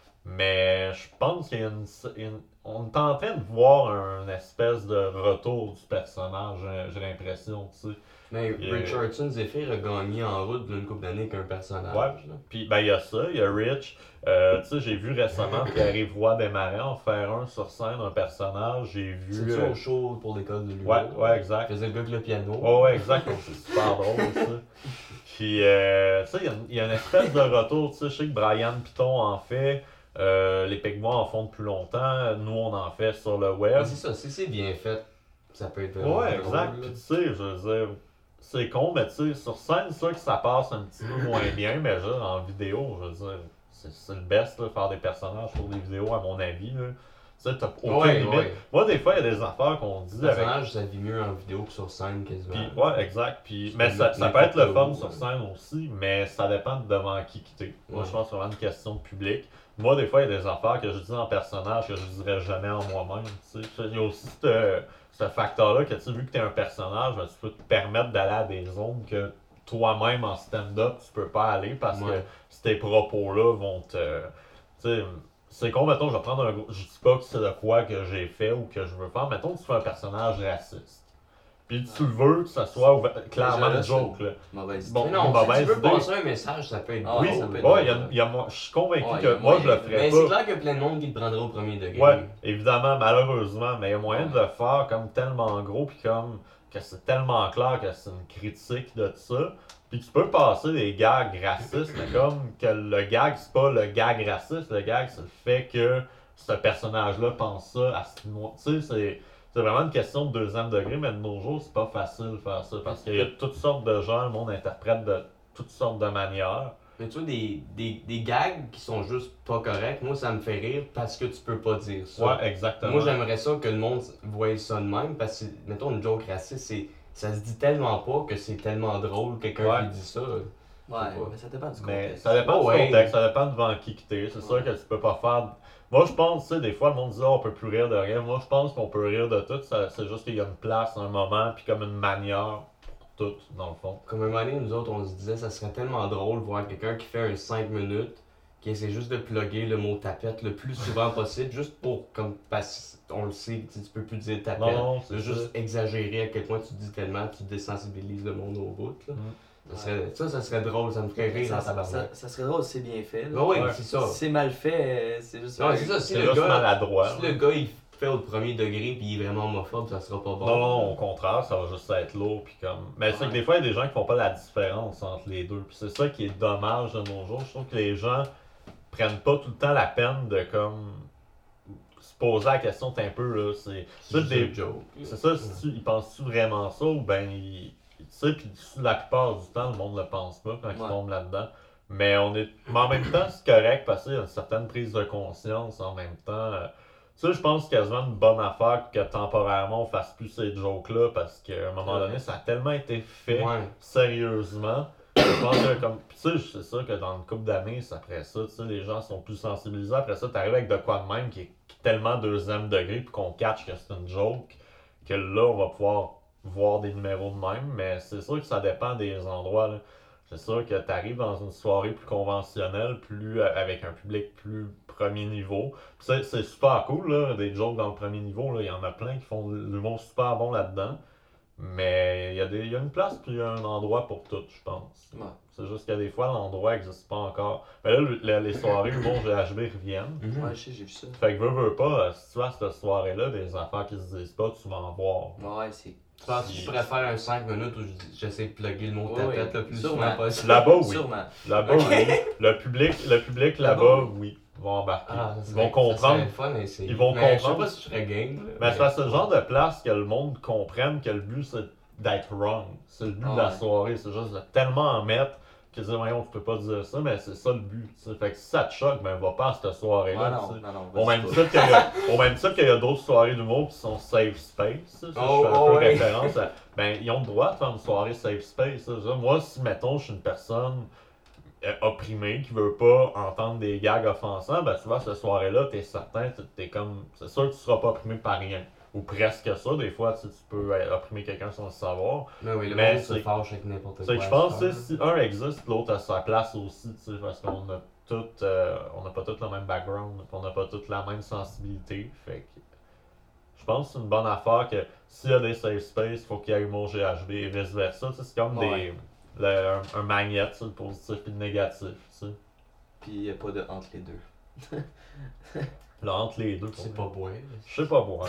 Mais je pense qu'il y a une, une- on est en train de voir un espèce de retour du personnage, j'ai- j'ai l'impression, tu sais. Mais Et- Richardson Zephyr a gagné en route d'une couple d'années avec un personnage. Ouais. là. Puis ben il y a ça, il y a Rich. Euh, tu sais, j'ai vu récemment Pierre-Yves Roy Desmarais en faire un sur scène, un personnage. J'ai vu. C'est-tu euh, au show pour l'école de l'humour? Ouais, ouais, Il exact. faisait le gars avec le piano. Ouais, ouais, exact. Donc, c'est super drôle, ça. Puis, euh, tu sais, il y a une- il y, a une espèce de retour. Tu sais, je sais que Brian Piton en fait. Euh, les Pigmois en font depuis longtemps. Nous, on en fait sur le web. Ouais, c'est ça, si c'est bien fait, ça peut être vraiment Ouais, drôle, exact. là. Puis tu sais, je veux dire, c'est con, mais tu sais, sur scène, c'est sûr que ça passe un petit peu moins bien, mais genre, en vidéo, je veux dire, c'est c'est le best, là, faire des personnages pour des vidéos, à mon avis, là. Tu sais, t'as aucune Ouais, limite. ouais. Moi, des fois, il y a des affaires qu'on dit Le avec. personnage, ça vit mieux en vidéo que sur scène quasiment. Puis, ouais, exact. Puis, Tu mais peux ça, mettre ça peut être le n'importe fun où, sur ouais. scène aussi, mais ça dépend de devant qui quitter. Moi, Ouais. je pense que c'est vraiment une question de public. Moi, des fois, il y a des affaires que je dis en personnage que je dirais jamais en moi-même. Tu sais. Il y a aussi ce, ce facteur-là que, tu sais, vu que tu es un personnage, ben, tu peux te permettre d'aller à des zones que toi-même en stand-up, tu peux pas aller parce Ouais. que ces propos-là vont te. Tu sais, c'est con, mettons, je vais prendre un. gros- Je dis pas que c'est de quoi que j'ai fait ou que je veux faire. Mettons que tu fais un personnage raciste. Puis tu le veux que ça soit ouver- clairement Déjà, une là, joke, là. Mauvaise Bon, idée. Mais non, bah, si ben, tu veux idée. passer un message, ça peut être Ah, Oui, drôle. ça peut être ouais, drôle, il y a, ouais. il y a mo- je suis convaincu Ouais, il y que a moi je le moyen. ferais Mais pas. c'est clair qu'il y a plein de monde qui le prendra au premier degré. Ouais, évidemment, malheureusement, mais il y a moyen Ouais. de le faire comme tellement gros, puis comme que c'est tellement clair que c'est une critique de ça. Puis tu peux passer des gags racistes, mais comme que le gag, c'est pas le gag raciste, le gag, c'est le fait que ce personnage-là pense ça à ce moment. Tu sais, c'est. C'est vraiment une question de deuxième degré, mais de nos jours, c'est pas facile de faire ça parce qu'il y a toutes sortes de gens, le monde interprète de toutes sortes de manières. Mais tu vois, des, des, des gags qui sont juste pas corrects, moi ça me fait rire parce que tu peux pas dire ça. Ouais, exactement. Moi j'aimerais ça que le monde voie ça de même parce que, mettons, une joke raciste, c'est, ça se dit tellement pas que c'est tellement drôle quelqu'un Ouais. qui dit ça. Ouais, Je sais pas. mais ça dépend du Mais contexte. ça dépend Oh, du ouais. contexte, ça dépend devant qui que t'es. C'est sûr Ouais. que tu peux pas faire. Moi, je pense, tu sais, des fois, le monde dit, oh, on peut plus rire de rien. Moi, je pense qu'on peut rire de tout. Ça- C'est juste qu'il y a une place, un moment, puis comme une manière pour tout, dans le fond. Comme un moment donné, nous autres, on se disait, ça serait tellement drôle de voir quelqu'un qui fait un cinq minutes, qui essaie juste de plugger le mot tapette le plus souvent possible, juste pour, comme, parce qu'on le sait, tu sais, tu peux plus dire tapette. Non, non, c'est de ça. juste exagérer à quel point tu dis tellement, tu désensibilises le monde au bout. Là. Mm. Ça, serait, ça, ça serait drôle, ça me ferait rire ça, dans ça, ta ça, ça serait drôle si c'est bien fait. là. Ah oui, Ouais. c'est ça. Si c'est mal fait, euh, c'est juste. Non, c'est ça, si C'est le juste gars, maladroit. si le gars il fait au premier degré puis il est vraiment homophobe, ça sera pas bon. Non, non, au contraire, ça va juste être lourd. Puis comme... Mais c'est Ouais. que des fois, il y a des gens qui font pas la différence entre les deux. Puis c'est ça qui est dommage de nos jours. Je trouve que les gens prennent pas tout le temps la peine de comme se poser la question un peu là. C'est c'est ça, des... des jokes. c'est ça, si tu... ils pensent-tu vraiment ça ou ben ils. Tu sais, puis la plupart du temps, le monde le pense pas quand ils Ouais. tombent là-dedans. Mais on est. Mais en même temps, c'est correct parce qu'il y a une certaine prise de conscience en même temps. Euh, Ça, je pense que c'est quasiment une bonne affaire que temporairement on fasse plus ces jokes-là parce qu'à un moment donné, ça a tellement été fait Ouais. sérieusement. Je pense que comme. Puis tu sais, c'est ça que dans une couple d'années, c'est après ça, tu sais, les gens sont plus sensibilisés. Après ça, t'arrives avec de quoi de même qui est tellement deuxième degré puis qu'on catch que c'est une joke que là, on va pouvoir voir des numéros de même. Mais c'est sûr que ça dépend des endroits, là. C'est sûr que tu arrives dans une soirée plus conventionnelle, plus euh, avec un public plus premier niveau. Puis C'est, c'est super cool, là, des jokes dans le premier niveau. là. Il y en a plein qui font de l'humour super bon là-dedans. Mais il y, a des- il y a une place puis il y a un endroit pour tout, je pense. Ouais. C'est juste que des fois, l'endroit n'existe pas encore. Mais là, le- le- les soirées humour G H B reviennent. Mhm. Ouais, je sais, j'ai vu ça. Fait que veux, veux pas, euh, si tu vas à cette soirée-là, des affaires qui se disent pas, tu vas en voir. Ouais, c'est. Tu penses que je pourrais faire un cinq minutes où je- j'essaie de plugger le mot Ouais, tapette ouais. le plus Sûrement. souvent possible? Là-bas, oui. Sûrement. Là-bas, Ok. oui. Le public, le public Là-bas, là-bas, oui, vont embarquer. Ah, ça Ils serait- vont comprendre. Ça serait fun, et c'est- Ils vont mais comprendre. Je sais pas si je serais game. Là, Mais c'est parce que c'est le genre de place que le monde comprenne que le but c'est d'être wrong. C'est le but de la Ouais. soirée. C'est juste de tellement en mettre que dire, voyons, tu peux pas dire ça, mais c'est ça le but. t'sais. Fait que si ça te choque, ben va pas à cette Ouais, soirée-là. non, t'sais. non, non. Au vas-y même, pas. titre qu'il y a, au même titre qu'il y a d'autres soirées d'humour qui sont safe space. Ça, ça, Oh, je fais un oh, peu ouais. référence à. Ben, ils ont le droit de faire une soirée safe space. ça. Je veux dire, moi, si, mettons, je suis une personne euh, opprimée qui veut pas entendre des gags offensants, ben, tu vois, cette soirée-là, t'es certain, t'es- t'es comme. C'est sûr que tu seras pas opprimé par rien. Ou presque ça. Des fois, tu sais, tu peux euh, opprimer quelqu'un sans le savoir. Mais oui, le Mais monde se c'est- fâche avec n'importe quoi. C'est que je pense que si un existe, l'autre a sa place aussi, tu sais, parce qu'on a tout, euh, on n'a pas tous le même background, puis on n'a pas toute la même sensibilité, fait que je pense que c'est une bonne affaire que s'il y a des safe space, il faut qu'il y ait humour G H B et vice versa, tu sais, c'est comme Ouais. des, le- un, un magnet, tu sais, le positif et le négatif, tu sais. Puis il n'y a pas de entre les deux. Là, entre les deux, C'est pour pas moi. boire. Je sais pas moi.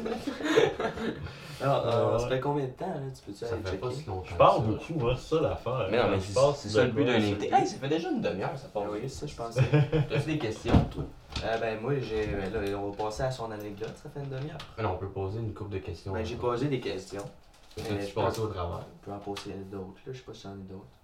Alors, euh, Ouais. ça fait combien de temps, là? Tu peux-tu Ça aller fait pas checker? si longtemps. Je parle que ça. beaucoup, moi, c'est ça l'affaire. Mais non, mais Je c'est passe c'est de ça le but quoi, d'un je- invité. Hey, ça fait déjà une demi-heure, ça Ah passe. oui, c'est ça, je pensais. T'as-tu des questions, toi? Euh, ben, moi, j'ai. ben là, on va passer à son anecdote, ça fait une demi-heure. Ah non, on peut poser une couple de questions. Ben, j'ai posé des questions. T'as-tu mais je passé peux- au travers? Je peux en poser d'autres, là. Je sais pas si j'en ai d'autres.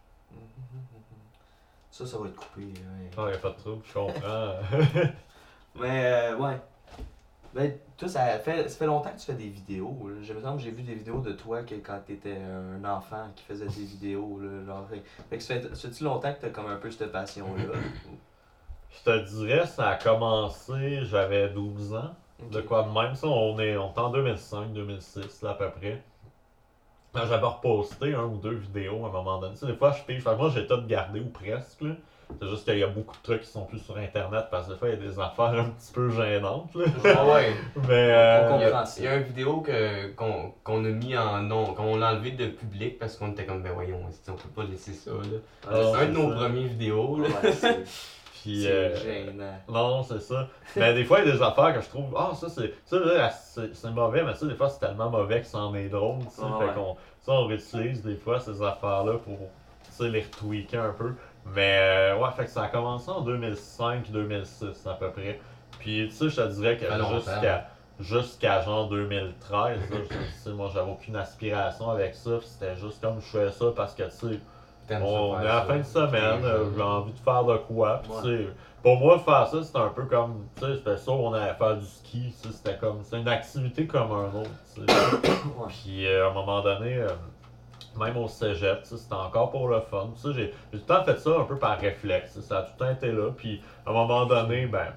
Ça, ça va être coupé. Ouais. Ah, y a pas de trouble, je comprends. Mais, euh, ouais. Ben, toi, ça fait, ça fait longtemps que tu fais des vidéos. Là. Je me semble que j'ai vu des vidéos de toi que, quand t'étais un enfant qui faisait des vidéos. Là, genre, fait, fait que ça fait, ça fait-tu longtemps que t'as comme un peu cette passion-là? Je te dirais, ça a commencé, j'avais douze ans. De quoi de même, ça, on est, on est en deux mille cinq, deux mille six, là, à peu près. Quand j'avais reposté un ou deux vidéos à un moment donné. Tu sais, des fois, je pige. Fait que moi, j'ai tout gardé ou presque, là. C'est juste qu'il y a beaucoup de trucs qui sont plus sur Internet parce que des fois, il y a des affaires un petit peu gênantes, là. Ah ouais. Mais, euh, On Il y, a, comprend ça. il y a une vidéo que, qu'on, qu'on a mis en non, qu'on l'a enlevé de public parce qu'on était comme, ben voyons, on peut pas laisser ça. Là. Ah, C'est un de c'est nos ça. premières vidéos. Là. Ouais, c'est puis, c'est euh, gênant. non, c'est ça. Mais des fois, il y a des affaires que je trouve, ah, ça, c'est ça, là, c'est, c'est mauvais, mais ça, des fois, c'est tellement mauvais que ça en est drôle, tu sais. Ah, fait ouais. qu'on, ça, on réutilise des fois ces affaires-là pour, tu sais, les retweaker un peu. Mais, euh, ouais, fait que ça a commencé en deux mille cinq deux mille six à peu près. Puis, tu sais, je te dirais que Ça fait longtemps. jusqu'à, jusqu'à genre deux mille treize, là, je- tu sais, moi, j'avais aucune aspiration avec ça. Puis c'était juste comme je faisais ça parce que, tu sais, T'aimes ça on faire est à la ça. fin de semaine, T'es euh, jeune. j'ai envie de faire de quoi. Puis, Ouais. tu sais, pour moi, faire ça, c'était un peu comme, tu sais, c'était ça, on allait faire du ski, tu sais, c'était comme, c'est une activité comme un autre, tu sais. Ouais. Puis, euh, à un moment donné, euh, même au cégep, tu sais, c'était encore pour le fun. Tu sais, j'ai, j'ai tout le temps fait ça un peu par réflexe. Tu sais, ça a tout le temps été là. Puis à un moment donné, ben,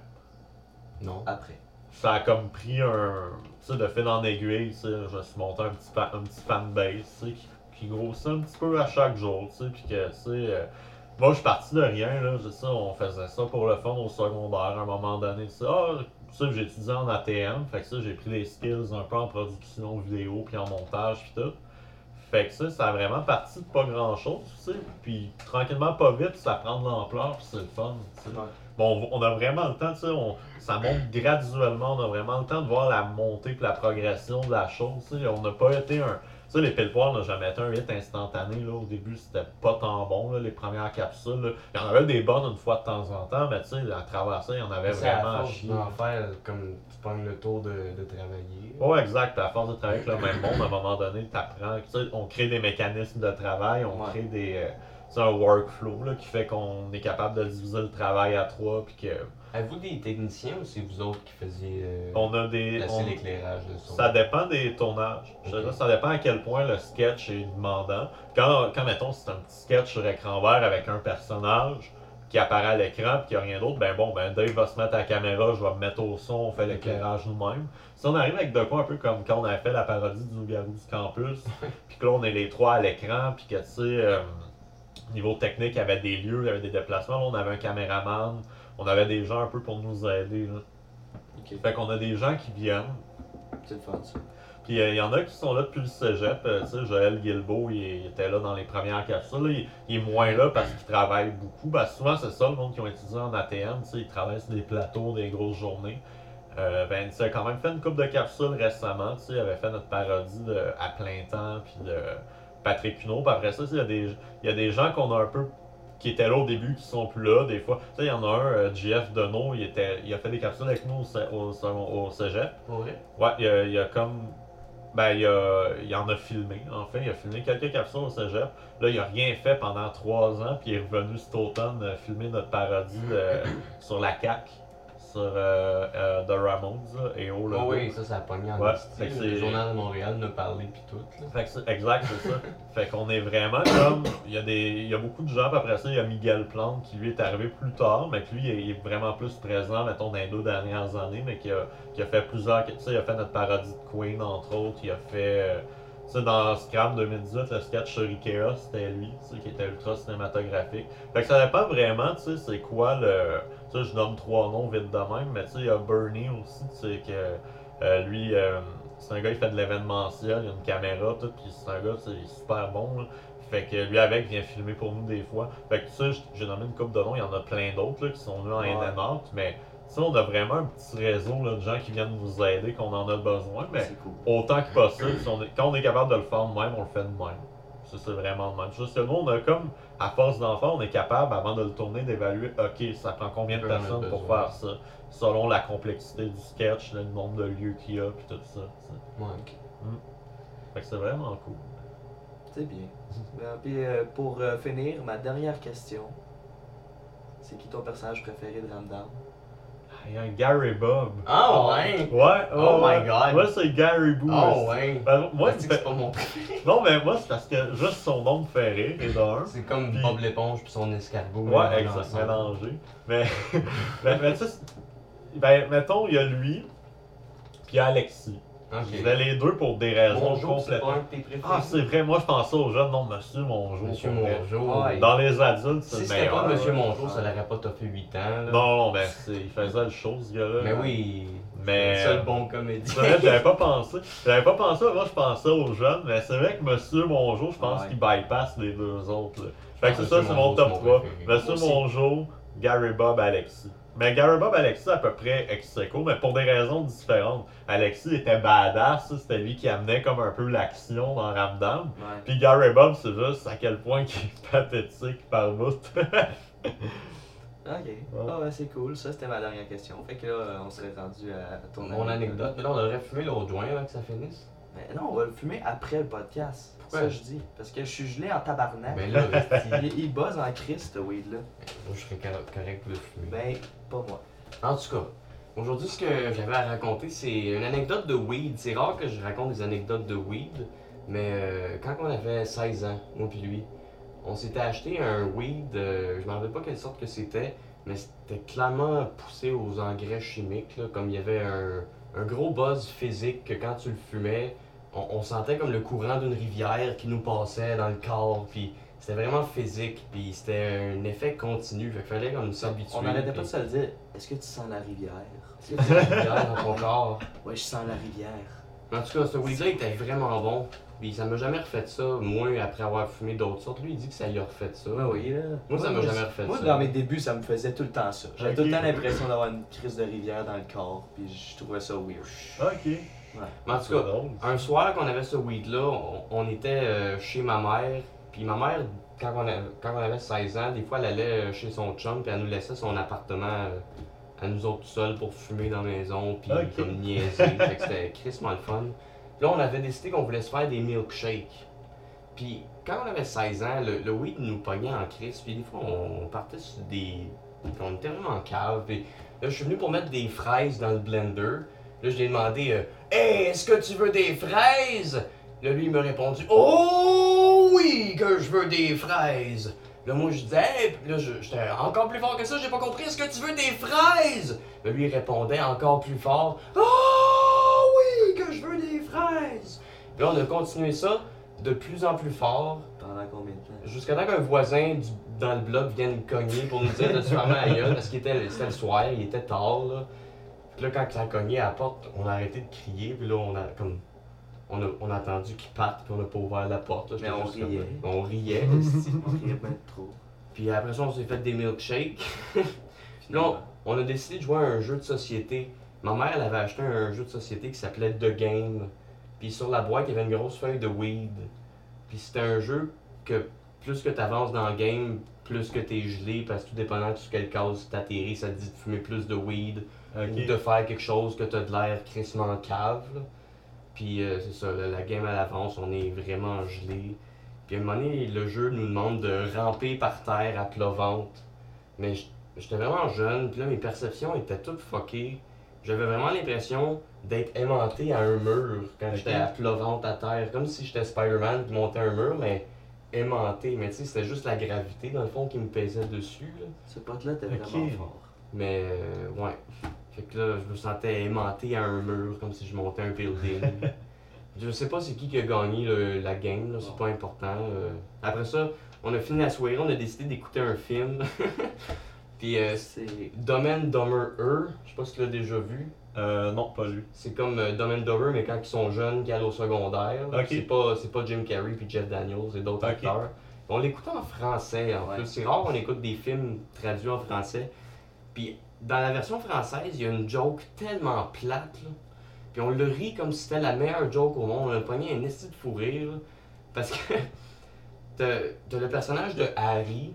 Non. Après. ça a comme pris un. Tu sais, de fil en aiguille, tu sais, je me suis monté un petit, fa- un petit fanbase, tu sais, qui, qui grossit un petit peu à chaque jour, tu sais, puis que, tu sais. euh, moi, je suis parti de rien, là, je sais, on faisait ça pour le fun au secondaire, à un moment donné, tu sais, ah, tu sais, j'ai étudié en A T M, fait que ça, j'ai pris des skills un peu en production vidéo, puis en montage, puis tout. Fait que ça, ça a vraiment parti de pas grand chose, tu sais, puis tranquillement, pas vite, ça prend de l'ampleur, puis c'est le fun, tu sais. Ouais. Bon, on a vraiment le temps, tu sais, on- ça monte graduellement, on a vraiment le temps de voir la montée puis la progression de la chose, tu sais. On n'a pas été un. Tu sais, les pile poils, on n'a jamais été un hit instantané, là. Au début, c'était pas tant bon, là, les premières capsules, là. Il y en avait des bonnes une fois de temps en temps, mais tu sais, à travers ça, il y en avait C'est à vraiment à force chier. d'en faire, comme tu pognes le tour de, de travailler. Ouais, exact. Puis à force de travailler avec le même monde, à un moment donné, t'apprends. Tu sais, on crée des mécanismes de travail, on Ouais. crée des. euh, tu sais, un workflow là, qui fait qu'on est capable de diviser le travail à trois, puis que. Avez-vous des techniciens ou c'est vous autres qui faisiez euh, On a des. placer on- l'éclairage de son? Ça dépend des tournages. Je te Ok. dirais, ça dépend à quel point le sketch est demandant. Quand, quand mettons, c'est un petit sketch sur écran vert avec un personnage qui apparaît à l'écran et qu'il n'y a rien d'autre, ben bon, ben Dave va se mettre à la caméra, je vais me mettre au son, on fait l'éclairage nous-mêmes. Si on arrive avec de quoi un peu comme quand on avait fait la parodie du Loup-garou du campus, puis que là on est les trois à l'écran, puis que tu sais, euh, niveau technique, il y avait des lieux, il y avait des déplacements, là on avait un caméraman, on avait des gens un peu pour nous aider. Là. Ok. Fait qu'on a des gens qui viennent. C'est le fun, ça. Puis il euh, y en a qui sont là depuis le cégep. Euh, tu sais, Joël Guilbeault, il, il était là dans les premières capsules. Là, il, il est moins là parce qu'il travaille beaucoup. Ben, souvent, c'est ça, le monde qui ont étudié en A T M. Tu sais, ils travaillent sur des plateaux, des grosses journées. Euh, ben, tu sais, il a quand même fait une couple de capsules récemment. Tu sais, il avait fait notre parodie de À plein temps, puis de Patrick Huneau. Puis après ça, tu sais, il y a des- il y a des gens qu'on a un peu qui étaient là au début, qui sont plus là, des fois. Tu sais, il y en a un, euh, J F Deneau, il, était, il a fait des capsules avec nous au, cé- au, au, au cégep. Pour vrai? Ouais, il a, il a comme. Ben, il, a, il en a filmé, en fait. Il a filmé quelques capsules au cégep. Là, il a rien fait pendant trois ans, puis il est revenu cet automne euh, filmer notre parodie de- sur la C A Q, sur euh, euh, The Ramones, là, et oh, le Oh groupe. oui, ça, ça a pogné en Ouais, esti, fait que là. c'est- Le Journal de Montréal nous a parlé pis tout. Là. Fait que c'est- exact, c'est ça. Fait qu'on est vraiment comme. Il y, a des, il y a beaucoup de gens, puis après ça, il y a Miguel Plante qui lui est arrivé plus tard, mais que lui, il est vraiment plus présent, mettons, dans les deux dernières années, mais qui a, qui a fait plusieurs. Tu sais, il a fait notre parodie de Queen, entre autres. Il a fait. euh, Tu sais, dans Scram deux mille dix-huit, le sketch sur Ikea, c'était lui, tu sais, qui était ultra cinématographique. Fait que ça dépend vraiment, tu sais, c'est quoi le. Tu sais, je donne trois noms vite de même, mais tu sais, il y a Bernie aussi, tu sais, que euh, lui. euh, c'est un gars qui fait de l'événementiel, il a une caméra, tout, puis c'est un gars, tu sais, il est super bon. Là. Fait que lui avec vient filmer pour nous des fois. Fait que ça, j'ai nommé une couple de noms, il y en a plein d'autres là, qui sont là en Ouais. in and out, mais tu sais, on a vraiment un petit réseau là, de gens qui viennent nous aider, qu'on en a besoin, mais C'est cool. autant que possible, si on est- quand on est capable de le faire de même, on le fait de même. Ça, c'est vraiment de même. Juste que nous, on a comme, à force d'en faire, on est capable, avant de le tourner, d'évaluer, ok, ça prend combien de Combien de personnes pour besoin. faire ça, selon la complexité du sketch, le nombre de lieux qu'il y a, puis tout ça. tu sais. Ouais. Fait que c'est vraiment cool. C'est bien. Ben, puis euh, pour euh, finir, ma dernière question. C'est qui ton personnage préféré de Ramdam? Ah, il y a un Gary Bob. Ah ouais! Ouais, Oh ouais, my God. Moi, c'est Gary Boo. Oh ouais! Ben, moi, Est-ce il que me c'est fait- pas mon préféré? Non, mais moi, c'est parce que juste son nom me fait rire, et d'un. C'est comme Puis- Bob l'éponge puis son escargot. Ouais, mélangés exact, ensemble. mélangé. Mais, mais, mais tu sais, c'est- ben, mettons, il y a lui, puis il y a Alexis. Ok. Je dirais les deux pour des raisons Bonjour, c'est complètes. pas un de tes préférés? Ah, c'est vrai, moi, je pense ça aux jeunes, non, Monsieur Mongeau. Monsieur pour vrai. Mongeau. Ouais. Dans les adultes, c'est Si le c'était meilleur. pas Monsieur là. Mongeau, ça l'aurait pas toffé huit ans. Là. Non, non, mais c'est- il faisait le show, ce gars-là. Mais oui, Mais- c'est le seul bon comédien. C'est vrai, j'avais pas pensé. J'avais pas pensé, moi je pensais aux jeunes, mais c'est vrai que Monsieur Mongeau, je pense Ouais. qu'il bypass les deux autres. là. Fait que c'est Monsieur ça, c'est mon Mongeau, top c'est mon trois. préféré. Monsieur Moi aussi. Mongeau, Gary Bob, Alexis. Mais Gary Bob, Alexis, à peu près ex aequo, mais pour des raisons différentes. Alexis était badass, ça, c'était lui qui amenait comme un peu l'action dans Ramdam. Ouais. Puis Gary Bob, c'est juste à quel point il est pathétique par bout. Ok. Ah ouais, c'est cool. Ça, c'était ma dernière question. Fait que là, euh, on serait rendu à ton Mon anecdote. Mais là, on devrait fumer l'autre joint avant que ça finisse. Mais non, on va le fumer après le podcast. Pourquoi? Ça, je dis. Parce que je suis gelé en tabarnak. Ben là, esti, Il, il buzz en Christ, ce weed-là. moi, je serais cor- correct pour le fumer. Ben, pas moi. En tout cas, aujourd'hui, ce que j'avais à raconter, c'est une anecdote de weed. C'est rare que je raconte des anecdotes de weed, Mais euh, quand on avait seize ans, moi puis lui, on s'était acheté un weed, euh, je me rappelle pas quelle sorte que c'était, mais c'était clairement poussé aux engrais chimiques, là, comme il y avait un, un gros buzz physique que quand tu le fumais, on, on sentait comme le courant d'une rivière qui nous passait dans le corps, puis c'était vraiment physique, puis c'était un effet continu, fait qu'il fallait comme s'habituer. On n'arrêtait pas puis- de se le dire. Est-ce que tu sens la rivière? Est-ce que tu as une rivière dans ton corps? Ouais, je sens la rivière. En tout cas, ce weed-là était vraiment bon. Puis ça m'a jamais refait ça, moins après avoir fumé d'autres sortes. Lui, il dit que ça lui a refait ça. Ouais, oui, là. Moi, ça m'a jamais refait Moi, ça. dans mes débuts, ça me faisait tout le temps ça. J'avais Ok. tout le temps l'impression d'avoir une crise de rivière dans le corps, puis je trouvais ça weird. Ok. Ouais. Mais en tout cas, un soir qu'on avait ce weed-là, on, on était euh, chez ma mère. Puis ma mère, quand on, avait, quand on avait seize ans, des fois, elle allait euh, chez son chum, puis elle nous laissait son appartement euh, à nous autres seuls pour fumer dans la maison, puis Ok. comme niaiser. Fait que c'était crissement le fun. Puis là, on avait décidé qu'on voulait se faire des milkshakes. Puis quand on avait seize ans, le, le weed nous pognait en crise. Puis des fois, on, on partait sur des. On était vraiment en cave. Puis là, je suis venu pour mettre des fraises dans le blender. Là, je lui ai demandé euh, Hey, est-ce que tu veux des fraises? Là, lui, il m'a répondu Oh oui, que je veux des fraises. Là, moi, je disais Hey, puis là, je- j'étais encore plus fort que ça, j'ai pas compris, est-ce que tu veux des fraises? Là, lui, il répondait encore plus fort Oh oui, que je veux des fraises. Puis là, on a continué ça de plus en plus fort. Pendant combien de temps? Jusqu'à temps qu'un voisin du- dans le bloc vienne cogner pour nous dire de se fermer la gueule parce qu'il était, c'était le soir, il était tard là. Puis là, quand ça a cogné à la porte, on a arrêté de crier, puis là, on a comme. On a, on a attendu qu'il parte, puis on a pas ouvert la porte. Là. Mais J'étais on juste comme- riait. on riait. On riait bien trop. Puis après ça, on s'est fait des milkshakes. Là, on, on a décidé de jouer à un jeu de société. Ma mère, elle avait acheté un jeu de société qui s'appelait The Game. Puis sur la boîte, il y avait une grosse feuille de weed. Puis c'était un jeu que plus que tu avances dans le game, plus que tu es gelé, parce que tout dépendant de sur quelle case tu atterris, ça te dit de fumer plus de weed ou Ok. de faire quelque chose que tu as de l'air crissement cave. là. Puis euh, c'est ça, la, la game à l'avance, on est vraiment gelé. Puis à un moment donné, le jeu nous demande de ramper par terre à plat ventre. Mais j- j'étais vraiment jeune, puis là mes perceptions étaient toutes fuckées. J'avais vraiment l'impression d'être aimanté à un mur quand Ok. j'étais à plat ventre à terre. Comme si j'étais Spider-Man qui montait un mur, mais aimanté. Mais tu sais, c'était juste la gravité dans le fond qui me pesait dessus. Là. Ce pote-là était Ok. vraiment fort. Mais euh, ouais. Fait que là, je me sentais aimanté à un mur, comme si je montais un building. Je sais pas c'est qui qui a gagné le- la game, là, c'est pas important. euh. Après ça, on a fini la soirée, on a décidé d'écouter un film. Puis euh, C'est. Dumb and Dumber deux, je sais pas si tu l'as déjà vu. Euh, non, pas lui. C'est comme euh, Dumb and Dumber, mais quand ils sont jeunes, qui allent au secondaire. là. Ok. C'est pas, c'est pas Jim Carrey puis Jeff Daniels, c'est d'autres Ok. acteurs. On l'écoute en français en Ouais. plus. C'est rare qu'on écoute des films traduits en français. Puis dans la version française, il y a une joke tellement plate. Là. Puis on le rit comme si c'était la meilleure joke au monde. On a pogné un esti de fou rire. là. Parce que t'as, t'as le personnage de Harry,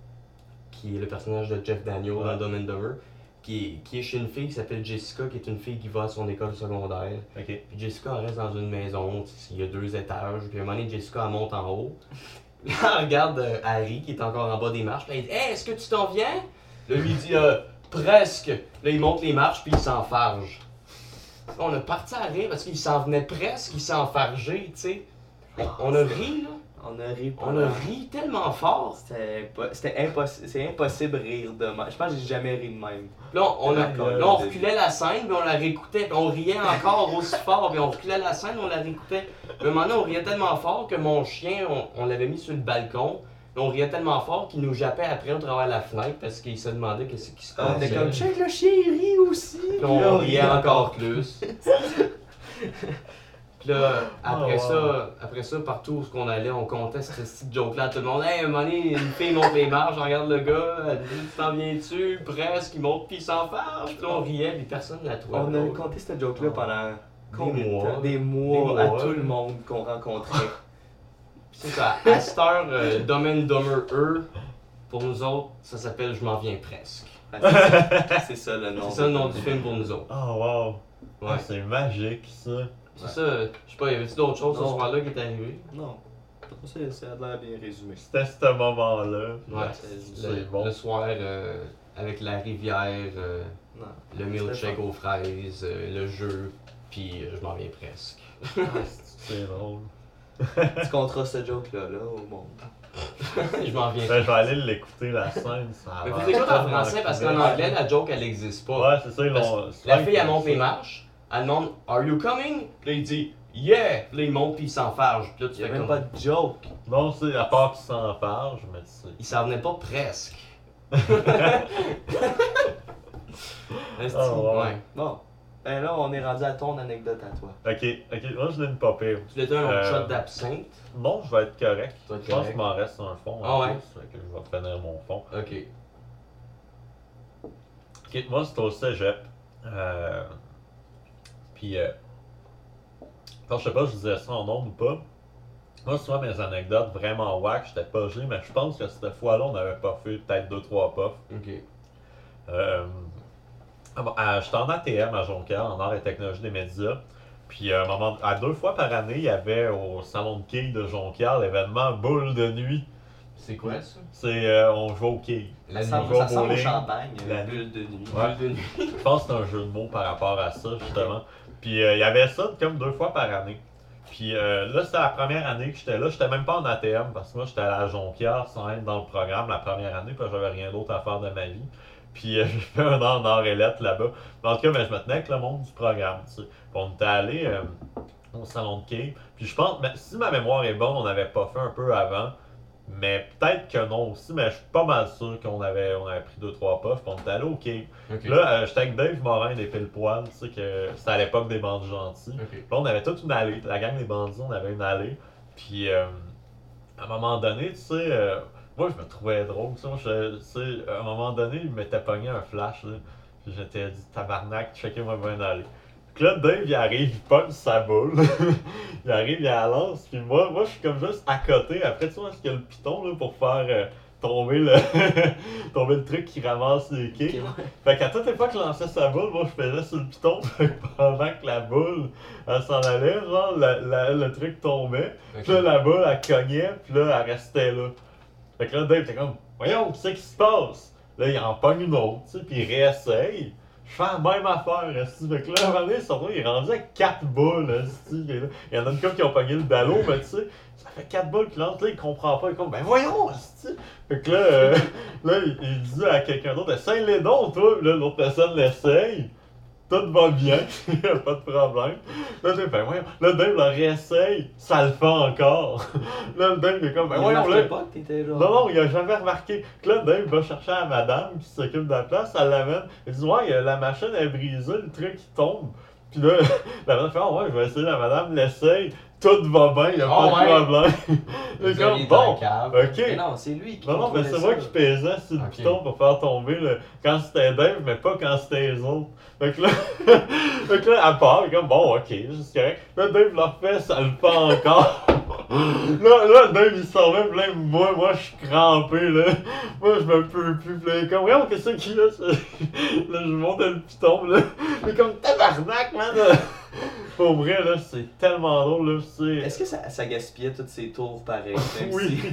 qui est le personnage de Jeff Daniels Ouais. dans Dumb and Dumber, qui est, qui est chez une fille qui s'appelle Jessica, qui est une fille qui va à son école secondaire. Ok. Puis Jessica elle reste dans une maison, tu sais, il y a deux étages. Puis à un moment donné, Jessica elle monte en haut. Là, elle regarde euh, Harry qui est encore en bas des marches. Puis elle dit Hey, est-ce que tu t'en viens? Là, lui il dit euh, Presque. Là, il monte les marches puis il s'enfarge. Là, on a parti à rire parce qu'il s'en venait presque, il s'est enfargé, tu sais. On a ri, là. On a ri On a ri tellement fort. C'était impo- c'était impossible. C'est impossible de rire de même. Je pense que j'ai jamais ri de même. Là, on, a, D'accord. là, on reculait la scène, puis on la réécoutait, puis on riait encore aussi fort, puis on reculait la scène, on la réécoutait. Puis à un moment donné, on riait tellement fort que mon chien, on, on l'avait mis sur le balcon, puis on riait tellement fort qu'il nous jappait après au travers de la fenêtre parce qu'il se demandait qu'est-ce qui se On passait. était comme check le chien il rit aussi. Puis on riait encore plus. Puis là, après, Oh, wow. ça, après ça, partout où on allait, on comptait cette petite joke-là à tout le monde. Hey, à un moment donné, une fille monte les marches, je regarde le gars, elle dit Tu t'en viens-tu? Presque, il monte puis il s'enfarge. Puis là, on riait, puis personne ne la trouvait. On a drôle. compté cette joke-là pendant combien de mois. temps? Des mois, Des à mois. tout le monde qu'on rencontrait. Puis c'est ça, à cette heure, euh, Dumb and Dumber deux, pour nous autres, ça s'appelle Je m'en viens presque. Ah, c'est ça- C'est ça le nom. C'est ça le nom du film pour nous autres. Oh wow. Ouais. Ah, c'est magique ça. C'est ça, je sais pas, y avait-tu d'autres choses ce Non. soir-là qui est arrivé? Non. C'est- Ça a l'air bien résumé. C'était ce moment-là. Ouais, c'est- c'est le, bon. le soir, euh, avec la rivière, euh, Non. le milkshake fun. aux fraises, euh, le jeu, puis euh, je m'en viens presque. Ah, c'est drôle. Tu compteras ce joke-là, là, au monde. Je m'en viens. Ben, je vais aller l'écouter, la scène. Ça a Mais faut l'air t'écouter en tellement français parce qu'en cruel. anglais, la joke, elle existe pas. Ouais, c'est ça, ils l'ont. La fille, elle monte les marches, elle demande Are you coming? Puis là, il dit Yeah! Puis là, il monte, puis il s'enfarge. Puis là, tu Il y a fais même comme. pas de joke. Non, c'est à part qu'il s'en farge, mais tu sais. Il s'en venait pas presque. Esti, Oh, ouais. ouais. Bon. Ben là, on est rendu à ton anecdote à toi. Ok, ok, moi je l'ai une pas pire. Tu l'étais un Euh, shot d'absinthe. Non, je vais être correct. Tu vas être Je pense correct. qu'il m'en reste un fond. Ah en ouais? plus, fait que je vais finir mon fond. Ok. Ok, moi c'était au cégep. Euh... Puis, euh... Enfin, je sais pas, je disais ça en nombre ou pas. Moi, souvent mes anecdotes vraiment wack, j'étais pas gelé, mais je pense que cette fois-là, on avait pas fait peut-être deux trois puffs. Ok. Euh... ah bon, euh, j'étais en A T M à Jonquière, en art et technologie des médias. Puis à un moment, à deux fois par année, il y avait au salon de quilles de Jonquière l'événement Boule de nuit. C'est quoi ça? C'est euh, on joue au quilles. La Ça nuit. ressemble, va ça au ressemble au bowling. champagne, La une bulle de nuit. Ouais. Bulle de nuit. Je pense que c'est un jeu de mots par rapport à ça, justement. Puis euh, il y avait ça comme deux fois par année. Puis euh, là, c'était la première année que j'étais là. J'étais même pas en A T M parce que moi, j'étais à la Jonquière sans être dans le programme la première année parce que j'avais rien d'autre à faire de ma vie. Puis euh, j'ai fait un an en art et lettres là-bas. Mais en tout cas, ben, je me tenais avec le monde du programme, tu sais. Puis on était allé euh, au salon de quilles. Puis je pense, ben, si ma mémoire est bonne, on avait pas fait un peu avant. Mais peut-être que non aussi, mais je suis pas mal sûr qu'on avait, on avait pris deux trois puffs. Puis on était allé au quilles. Ok. Là, euh, j'étais avec Dave Morin des pile poil, tu sais que c'était à l'époque des bandits gentils. Ok. Là, on avait toute une allée. La gang des bandits, on avait une allée. Puis, euh, à un moment donné, tu sais, euh, moi, je me trouvais drôle. Tu sais, moi, je- tu sais, à un moment donné, il m'était pogné un flash, là. Puis j'étais dit, tabarnak, checkez-moi bien aller. Puis là, Dave, il arrive, il pogne sa boule. Il arrive, il a la lance. Puis moi, moi, je suis comme juste à côté. Après, tu vois, est-ce qu'il y a le piton, là, pour faire euh, tomber le tomber le truc qui ramasse les quilles. Ok, ouais. Fait qu'à toutes les fois que je lançais sa boule, moi je faisais sur le piton, fait que pendant que la boule, elle s'en allait, genre, la, la- le truc tombait, Ok. puis là la boule, elle cognait, puis là, elle restait là. Fait que là, Dave était comme, voyons, qu'est-ce qui se passe? Là, il en pogne une autre, tu sais, puis il réessaye. Je fais la même affaire, esti. Fait que là, à un moment donné, son il est rendu à quatre boules, esti. Il y en a une couple qui ont pogné le ballon, mais tu sais, ça fait quatre boules qu'il lance, là, il comprend pas, il est comme, ben voyons, esti. Fait que là, euh, là il, il dit à quelqu'un d'autre, essaye-les donc, toi. Puis là, l'autre personne l'essaye. Tout va bien, il a pas de problème. Là, Dave, ben voyons. Là, Dave le réessaye, ça le fait encore. Là, Dave, il est comme, ben Il voyons, remarquait là. pas que t'étais genre. Non, non, il a jamais remarqué. Que là, Dave va chercher la madame qui s'occupe de la place, elle l'amène. Il dit, ouais, euh, la machine est brisée, le truc il tombe. Puis là, la madame fait, oh, ouais, je vais essayer, la madame l'essaye, tout va bien, il n'y a Oh, pas de ouais. problème. Il est Vous alliez comme, dans bon, la cave. ok. Mais non, c'est lui qui Non, non, mais contrôlait c'est ça. moi qui pesais sur le Ok. piton pour faire tomber le... quand c'était Dave, mais pas quand c'était les autres. Fait que là, fait que là, elle part, elle est comme, bon, ok, c'est correct. Là, Dave le refait, ça le fait encore. Là, là, Dave, il s'en va, pis là, moi, moi, je suis crampé, là. Moi, je me peux plus, pis là, il est comme, regarde, qu'est-ce qu'il y a, ça? Là, je monte le piton, là. Il est comme, tabarnak, man! Pour vrai, là, c'est tellement drôle, là, c'est... Est-ce que ça, ça gaspillait toutes ces tours pareils? Même Oui. si-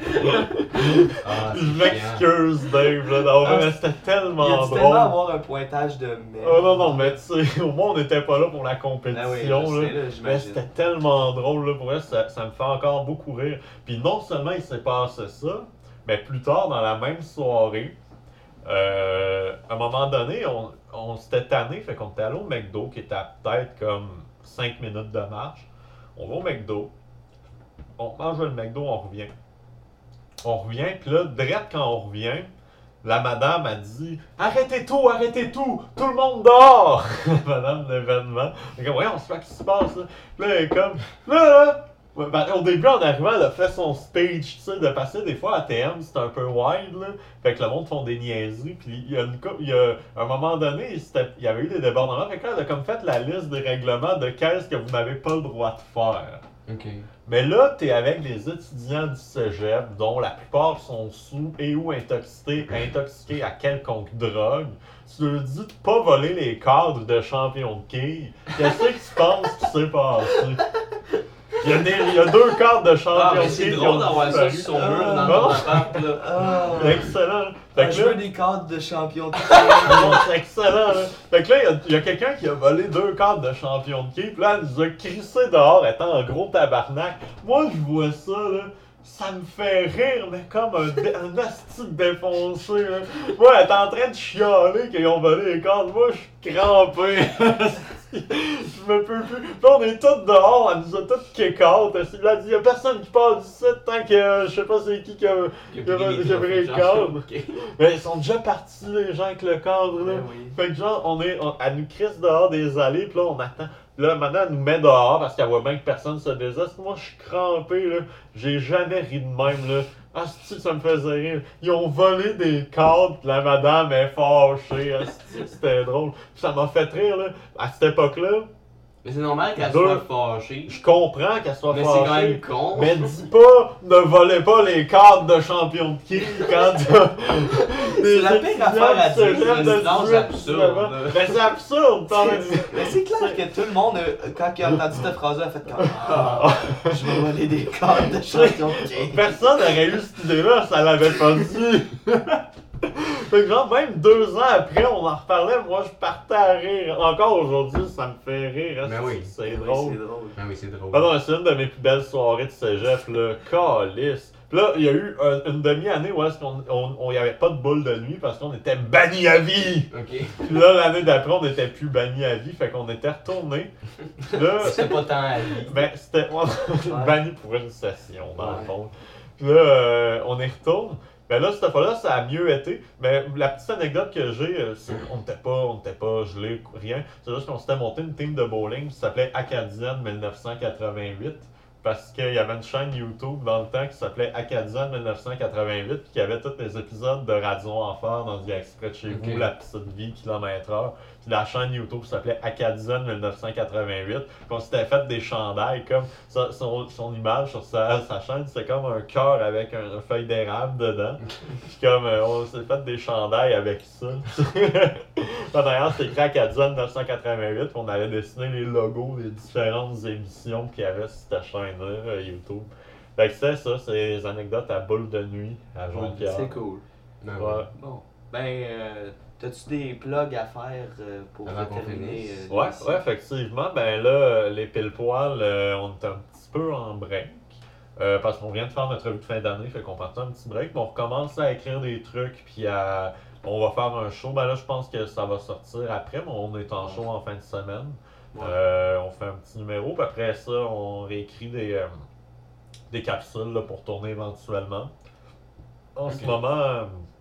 Ah, c'est Je chiant. m'excuse, Dave, là, non, Ah, mais c'était tellement Il a dû drôle. tellement avoir un pointage de merde. Oh non, non, mais tu sais, au moins on n'était pas là pour la compétition, Ah oui, je là. sais, là, Mais j'imagine. c'était tellement drôle, là, pour vrai, ça, ça me fait encore beaucoup rire. Puis non seulement il s'est passé ça, mais plus tard, dans la même soirée, euh, à un moment donné, on, on s'était tanné, fait qu'on était allé au McDo, qui était à peut-être comme cinq minutes de marche. On va au McDo, on mange le McDo, on revient. On revient, puis là, direct quand on revient, la madame a dit « Arrêtez tout, arrêtez tout, tout le monde dort! » Madame l'événement. Elle est comme « Voyons, c'est pas ce qui se passe, là. » Puis là, elle est comme « Là, là! » Ouais, ben, au début, en arrivant, elle a fait son speech, tu sais, de passer des fois à T M, c'est un peu wide, là. Fait que le monde font des niaiseries, puis il y a une couple, il y a, à un moment donné, c'était- il y avait eu des débordements, fait que là, elle a comme fait la liste des règlements de qu'est-ce que vous n'avez pas le droit de faire. Ok. Mais là, t'es avec les étudiants du cégep, dont la plupart sont sous et ou intoxiqués, intoxiqués à quelconque drogue. Tu leur dis de pas voler les cadres de champion de quilles. Qu'est-ce que tu penses qui s'est passé? Il y a, des, il y a deux cartes de champion Ah, de mais c'est quai qui drôle ont d'avoir ça disparu. sur son mur dans Ah. ton appart, là. Ah. C'est excellent. Fait Ah, que je là, veux des cartes de champion de non, c'est excellent, là. Fait que là, il y a, il y a quelqu'un qui a volé deux cartes de champion de quai, pis là, elle nous a crissé dehors, étant un gros tabarnak. Moi, je vois ça, là, ça me fait rire, mais comme un, dé- un asti défoncé, là. Moi, elle est en train de chialer qu'ils ont volé les cartes. Moi, je suis crampé. Je me peux plus. Puis on est tous dehors, elle nous a tous kick out. Elle a dit, y'a personne qui part du site tant que euh, je sais pas c'est qui qui a, Qui a qui a, pris les qui a pris le trophées, cadre. genre. Ok. Mais ils sont déjà partis, les gens, avec le cadre, là. Ben oui. Fait que genre, on est, on- elle nous crisse dehors des allées, pis là, on attend. Là, maintenant, elle nous met dehors parce qu'elle voit bien que personne se déseste. Moi, je suis crampé, là. J'ai jamais ri de même, là. Ah, si ça me faisait rire. Ils ont volé des cartes, pis la madame est fâchée. Asti, c'était drôle. Pis ça m'a fait rire, là. À cette époque-là, Mais c'est normal qu'elle Deux. soit fâchée. je comprends qu'elle soit Mais c'est quand fâchée. même con. Mais dis pas, ne volez pas les cartes de champion de quai quand C'est la pire affaire à dire, c'est une phrase absurde. Mais c'est absurde, t'en Mais c'est clair que tout le monde, euh, quand il a entendu cette phrase-là, a fait comme Ah, je vais voler des cartes de champion de quai. Personne n'aurait eu cette idée-là, ça l'avait pas dit. Fait que genre, même deux ans après, on en reparlait, moi je partais à rire. Encore aujourd'hui, ça me fait rire. hein, Ben oui. C'est Oui, drôle. c'est drôle. Ah oui, c'est drôle. Ah non, c'est une de mes plus belles soirées de cégep, là. Calice. Puis là, il y a eu un- une demi-année où est-ce qu'on on, on y avait pas de boule de nuit parce qu'on était bannis à vie. Ok. Puis là, l'année d'après, on était plus bannis à vie, fait qu'on était retournés. Là, C'était pas tant à vie. ben, c'était on- Ouais. banni pour une session, dans le Ouais. fond. Puis là, euh, on y retourne. Ben là, cette fois-là, ça a mieux été. Mais la petite anecdote que j'ai, euh, c'est qu'on n'était pas, on n'était pas gelé, rien. C'est juste qu'on s'était monté une team de bowling qui s'appelait Acadienne dix-neuf cent quatre-vingt-huit. Parce qu'il y avait une chaîne YouTube dans le temps qui s'appelait Acadienne dix-neuf cent quatre-vingt-huit, puis qui avait tous les épisodes de Radio Enfer dans du exprès de chez Ok. vous, La Petite Vie, Kilomètre Heure. Puis la chaîne YouTube s'appelait Acadienne dix-neuf cent quatre-vingt-huit. Puis on s'était fait des chandails comme sa- son, son image sur sa, sa chaîne, c'est comme un cœur avec un, une feuille d'érable dedans. Puis comme euh, on s'est fait des chandails avec ça. D'ailleurs, c'était écrit Acadienne dix-neuf cent quatre-vingt-huit, puis on allait dessiner les logos des différentes émissions qu'il y avait sur cette chaîne-là, euh, YouTube. Fait que c'est ça, c'est les anecdotes à boule de nuit à Jean-Pierre. C'est cool. Ben Ouais. ouais. Bon. Ben, euh, t'as-tu des plugs à faire euh, pour Avant qu'on terminer finisse. euh, Ouais, l'émission? ouais, effectivement, ben là, euh, les pile-poils, euh, on est un petit peu en break. Euh, parce qu'on vient de faire notre revue de fin d'année, fait qu'on partait un petit break, mais on recommence à écrire des trucs, puis à... on va faire un show. Ben là, je pense que ça va sortir après, mais on est en show en fin de semaine. Ouais. Euh, on fait un petit numéro, puis après ça, on réécrit des, euh, des capsules là, pour tourner éventuellement. En ce Ok. moment, euh,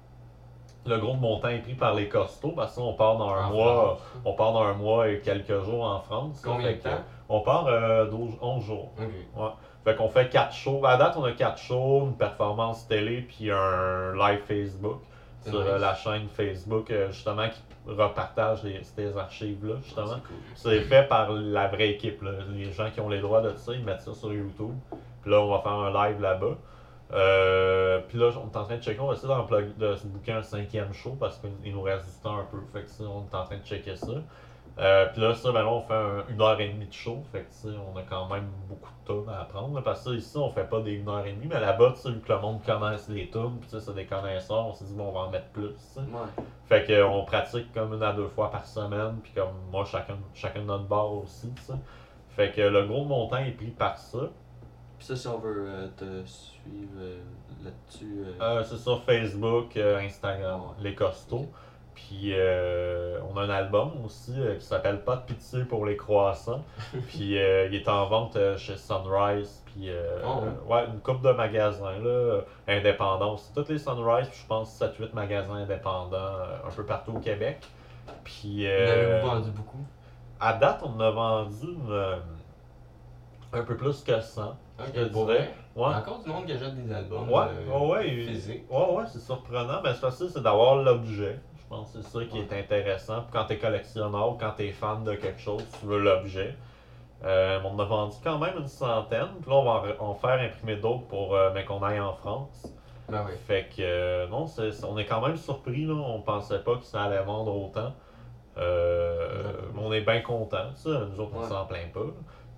le gros de mon temps est pris par les costauds, parce qu'on part dans un En mois. France. On part dans un mois et quelques jours en France. Combien de Fait que, temps? On part euh, douze, onze jours. Ok. Fait qu'on fait quatre shows. À date, on a quatre shows, une performance télé, puis un live Facebook C'est sur nice. euh, la chaîne Facebook, euh, justement, qui repartage les, ces archives-là, justement. C'est cool. C'est fait par la vraie équipe, là. Les gens qui ont les droits de ça, ils mettent ça sur YouTube. Puis là, on va faire un live là-bas. Euh, puis là, on est en train de checker, on va essayer d'en plug- de se booker un cinquième show parce qu'il nous reste du temps un peu. Fait que ça, on est en train de checker ça. Euh, puis là, ça, ben là, on fait un- une heure et demie de show. Fait que, tu sais, on a quand même beaucoup de tunes à apprendre. Là, parce que ça, ici, on fait pas des une heure et demie. Mais là-bas, tu sais, vu que le monde connaisse les tunes, puis tu sais, c'est des connaisseurs, on s'est dit, bon, on va en mettre plus. tu sais. Ouais. Fait que, euh, on pratique comme une à deux fois par semaine. Puis comme moi, chacun, chacun de notre bar aussi. tu sais. Fait que le gros de mon temps est pris par ça. Puis ça, si on veut euh, te suivre euh, là-dessus. euh, Euh, c'est sur Facebook, euh, Instagram, Ouais. les costauds. Puis euh, on a un album aussi euh, qui s'appelle Pas de pitié pour les croissants. Puis euh, il est en vente euh, chez Sunrise. Puis euh, Oh. euh, ouais, une couple de magasins là, euh, indépendants aussi. Toutes les Sunrise, puis je pense sept huit magasins indépendants euh, un peu partout au Québec. Puis Vous en euh, avez vendu beaucoup? à date, on en a vendu une, euh, un peu plus que cent. Ok, je te pour dirais. vrai? Il y Ouais. a encore du monde qui achète des albums Ouais, euh, ouais, ouais, physiques. ouais, ouais, c'est surprenant, mais c'est facile, c'est d'avoir l'objet. Je pense que c'est ça qui est intéressant. Puis quand t'es collectionneur ou quand t'es fan de quelque chose, tu veux l'objet. Euh, on en a vendu quand même une centaine. Puis là, on va en, re- en faire imprimer d'autres pour euh, mais qu'on aille en France. Ben oui. Fait que euh, non, c'est, c'est- on est quand même surpris. Là. On pensait pas que ça allait vendre autant. Euh, D'accord. mais on est bien contents. Ça. Nous autres, on Ouais. s'en plaint pas. là.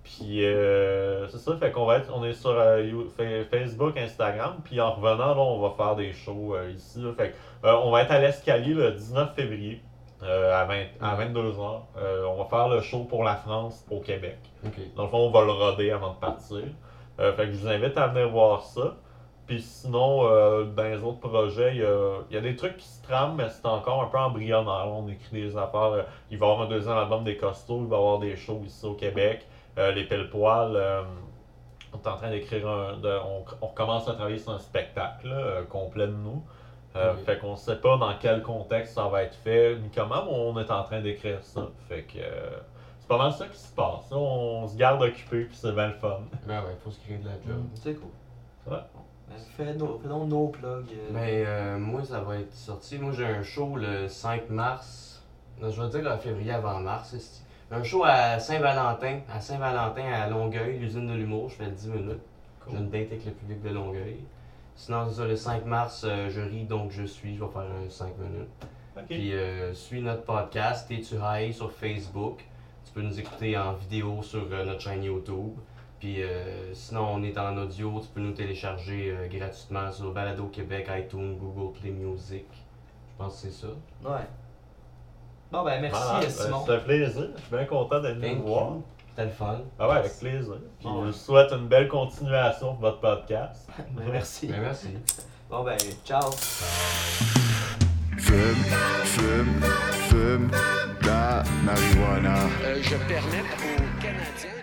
Puis euh, c'est ça, fait qu'on va être, on est sur euh, You- Fa- Facebook, Instagram, puis en revenant, là, on va faire des shows euh, ici. Là, fait que, euh, on va être à l'Escalier le dix-neuf février euh, à, vingt, à vingt-deux heures. Euh, on va faire le show pour la France au Québec. Ok. Dans le fond, on va le roder avant de partir. Euh, fait que je vous invite à venir voir ça. Puis sinon, euh, dans les autres projets, il y a, il y a des trucs qui se trament, mais c'est encore un peu embryonnaire. On écrit des affaires. euh, il va y avoir un deuxième album des Costauds, il va y avoir des shows ici au Québec. Euh, les pile-poils, euh, on est en train d'écrire un. De, on, on recommence à travailler sur un spectacle là, euh, complet de nous. Euh, Oui. Fait qu'on sait pas dans quel contexte ça va être fait, ni comment, mais on est en train d'écrire ça. Fait que euh, c'est pas mal ça qui se passe. Là, on se garde occupé, puis c'est bien le fun. Ben ouais, faut se créer de la job. C'est cool. Ouais. Ben, fais, nos, fais donc nos plugs. euh. Ben, euh, moi, ça va être sorti. Moi, j'ai un show le cinq mars. Non, je vais dire le février avant mars. c'est- Un show à Saint-Valentin. À Saint-Valentin, à Longueuil, l'usine de l'humour. Je fais dix minutes. Cool. J'ai une date avec le public de Longueuil. Sinon, c'est ça, le cinq mars, euh, je ris donc je suis. Je vais faire un cinq minutes. Ok. Puis, euh, suis notre podcast, T'es-tu high sur Facebook. Tu peux nous écouter en vidéo sur euh, notre chaîne YouTube. Puis, euh, sinon, on est en audio. Tu peux nous télécharger euh, gratuitement sur Balado Québec, iTunes, Google Play Music. Je pense que c'est ça. Ouais. Bon, ben, merci, Voilà, ben, Simon. Ça fait plaisir. Je suis bien content d'être venu Thank vous voir. you. C'était le fun. Ah ouais, avec plaisir. Puis Ah ouais. je vous souhaite une belle continuation pour votre podcast. Ben, merci. Ben, merci. Bon, ben, ciao. Fume, fume, fume, ta marijuana. Euh, je permets aux Canadiens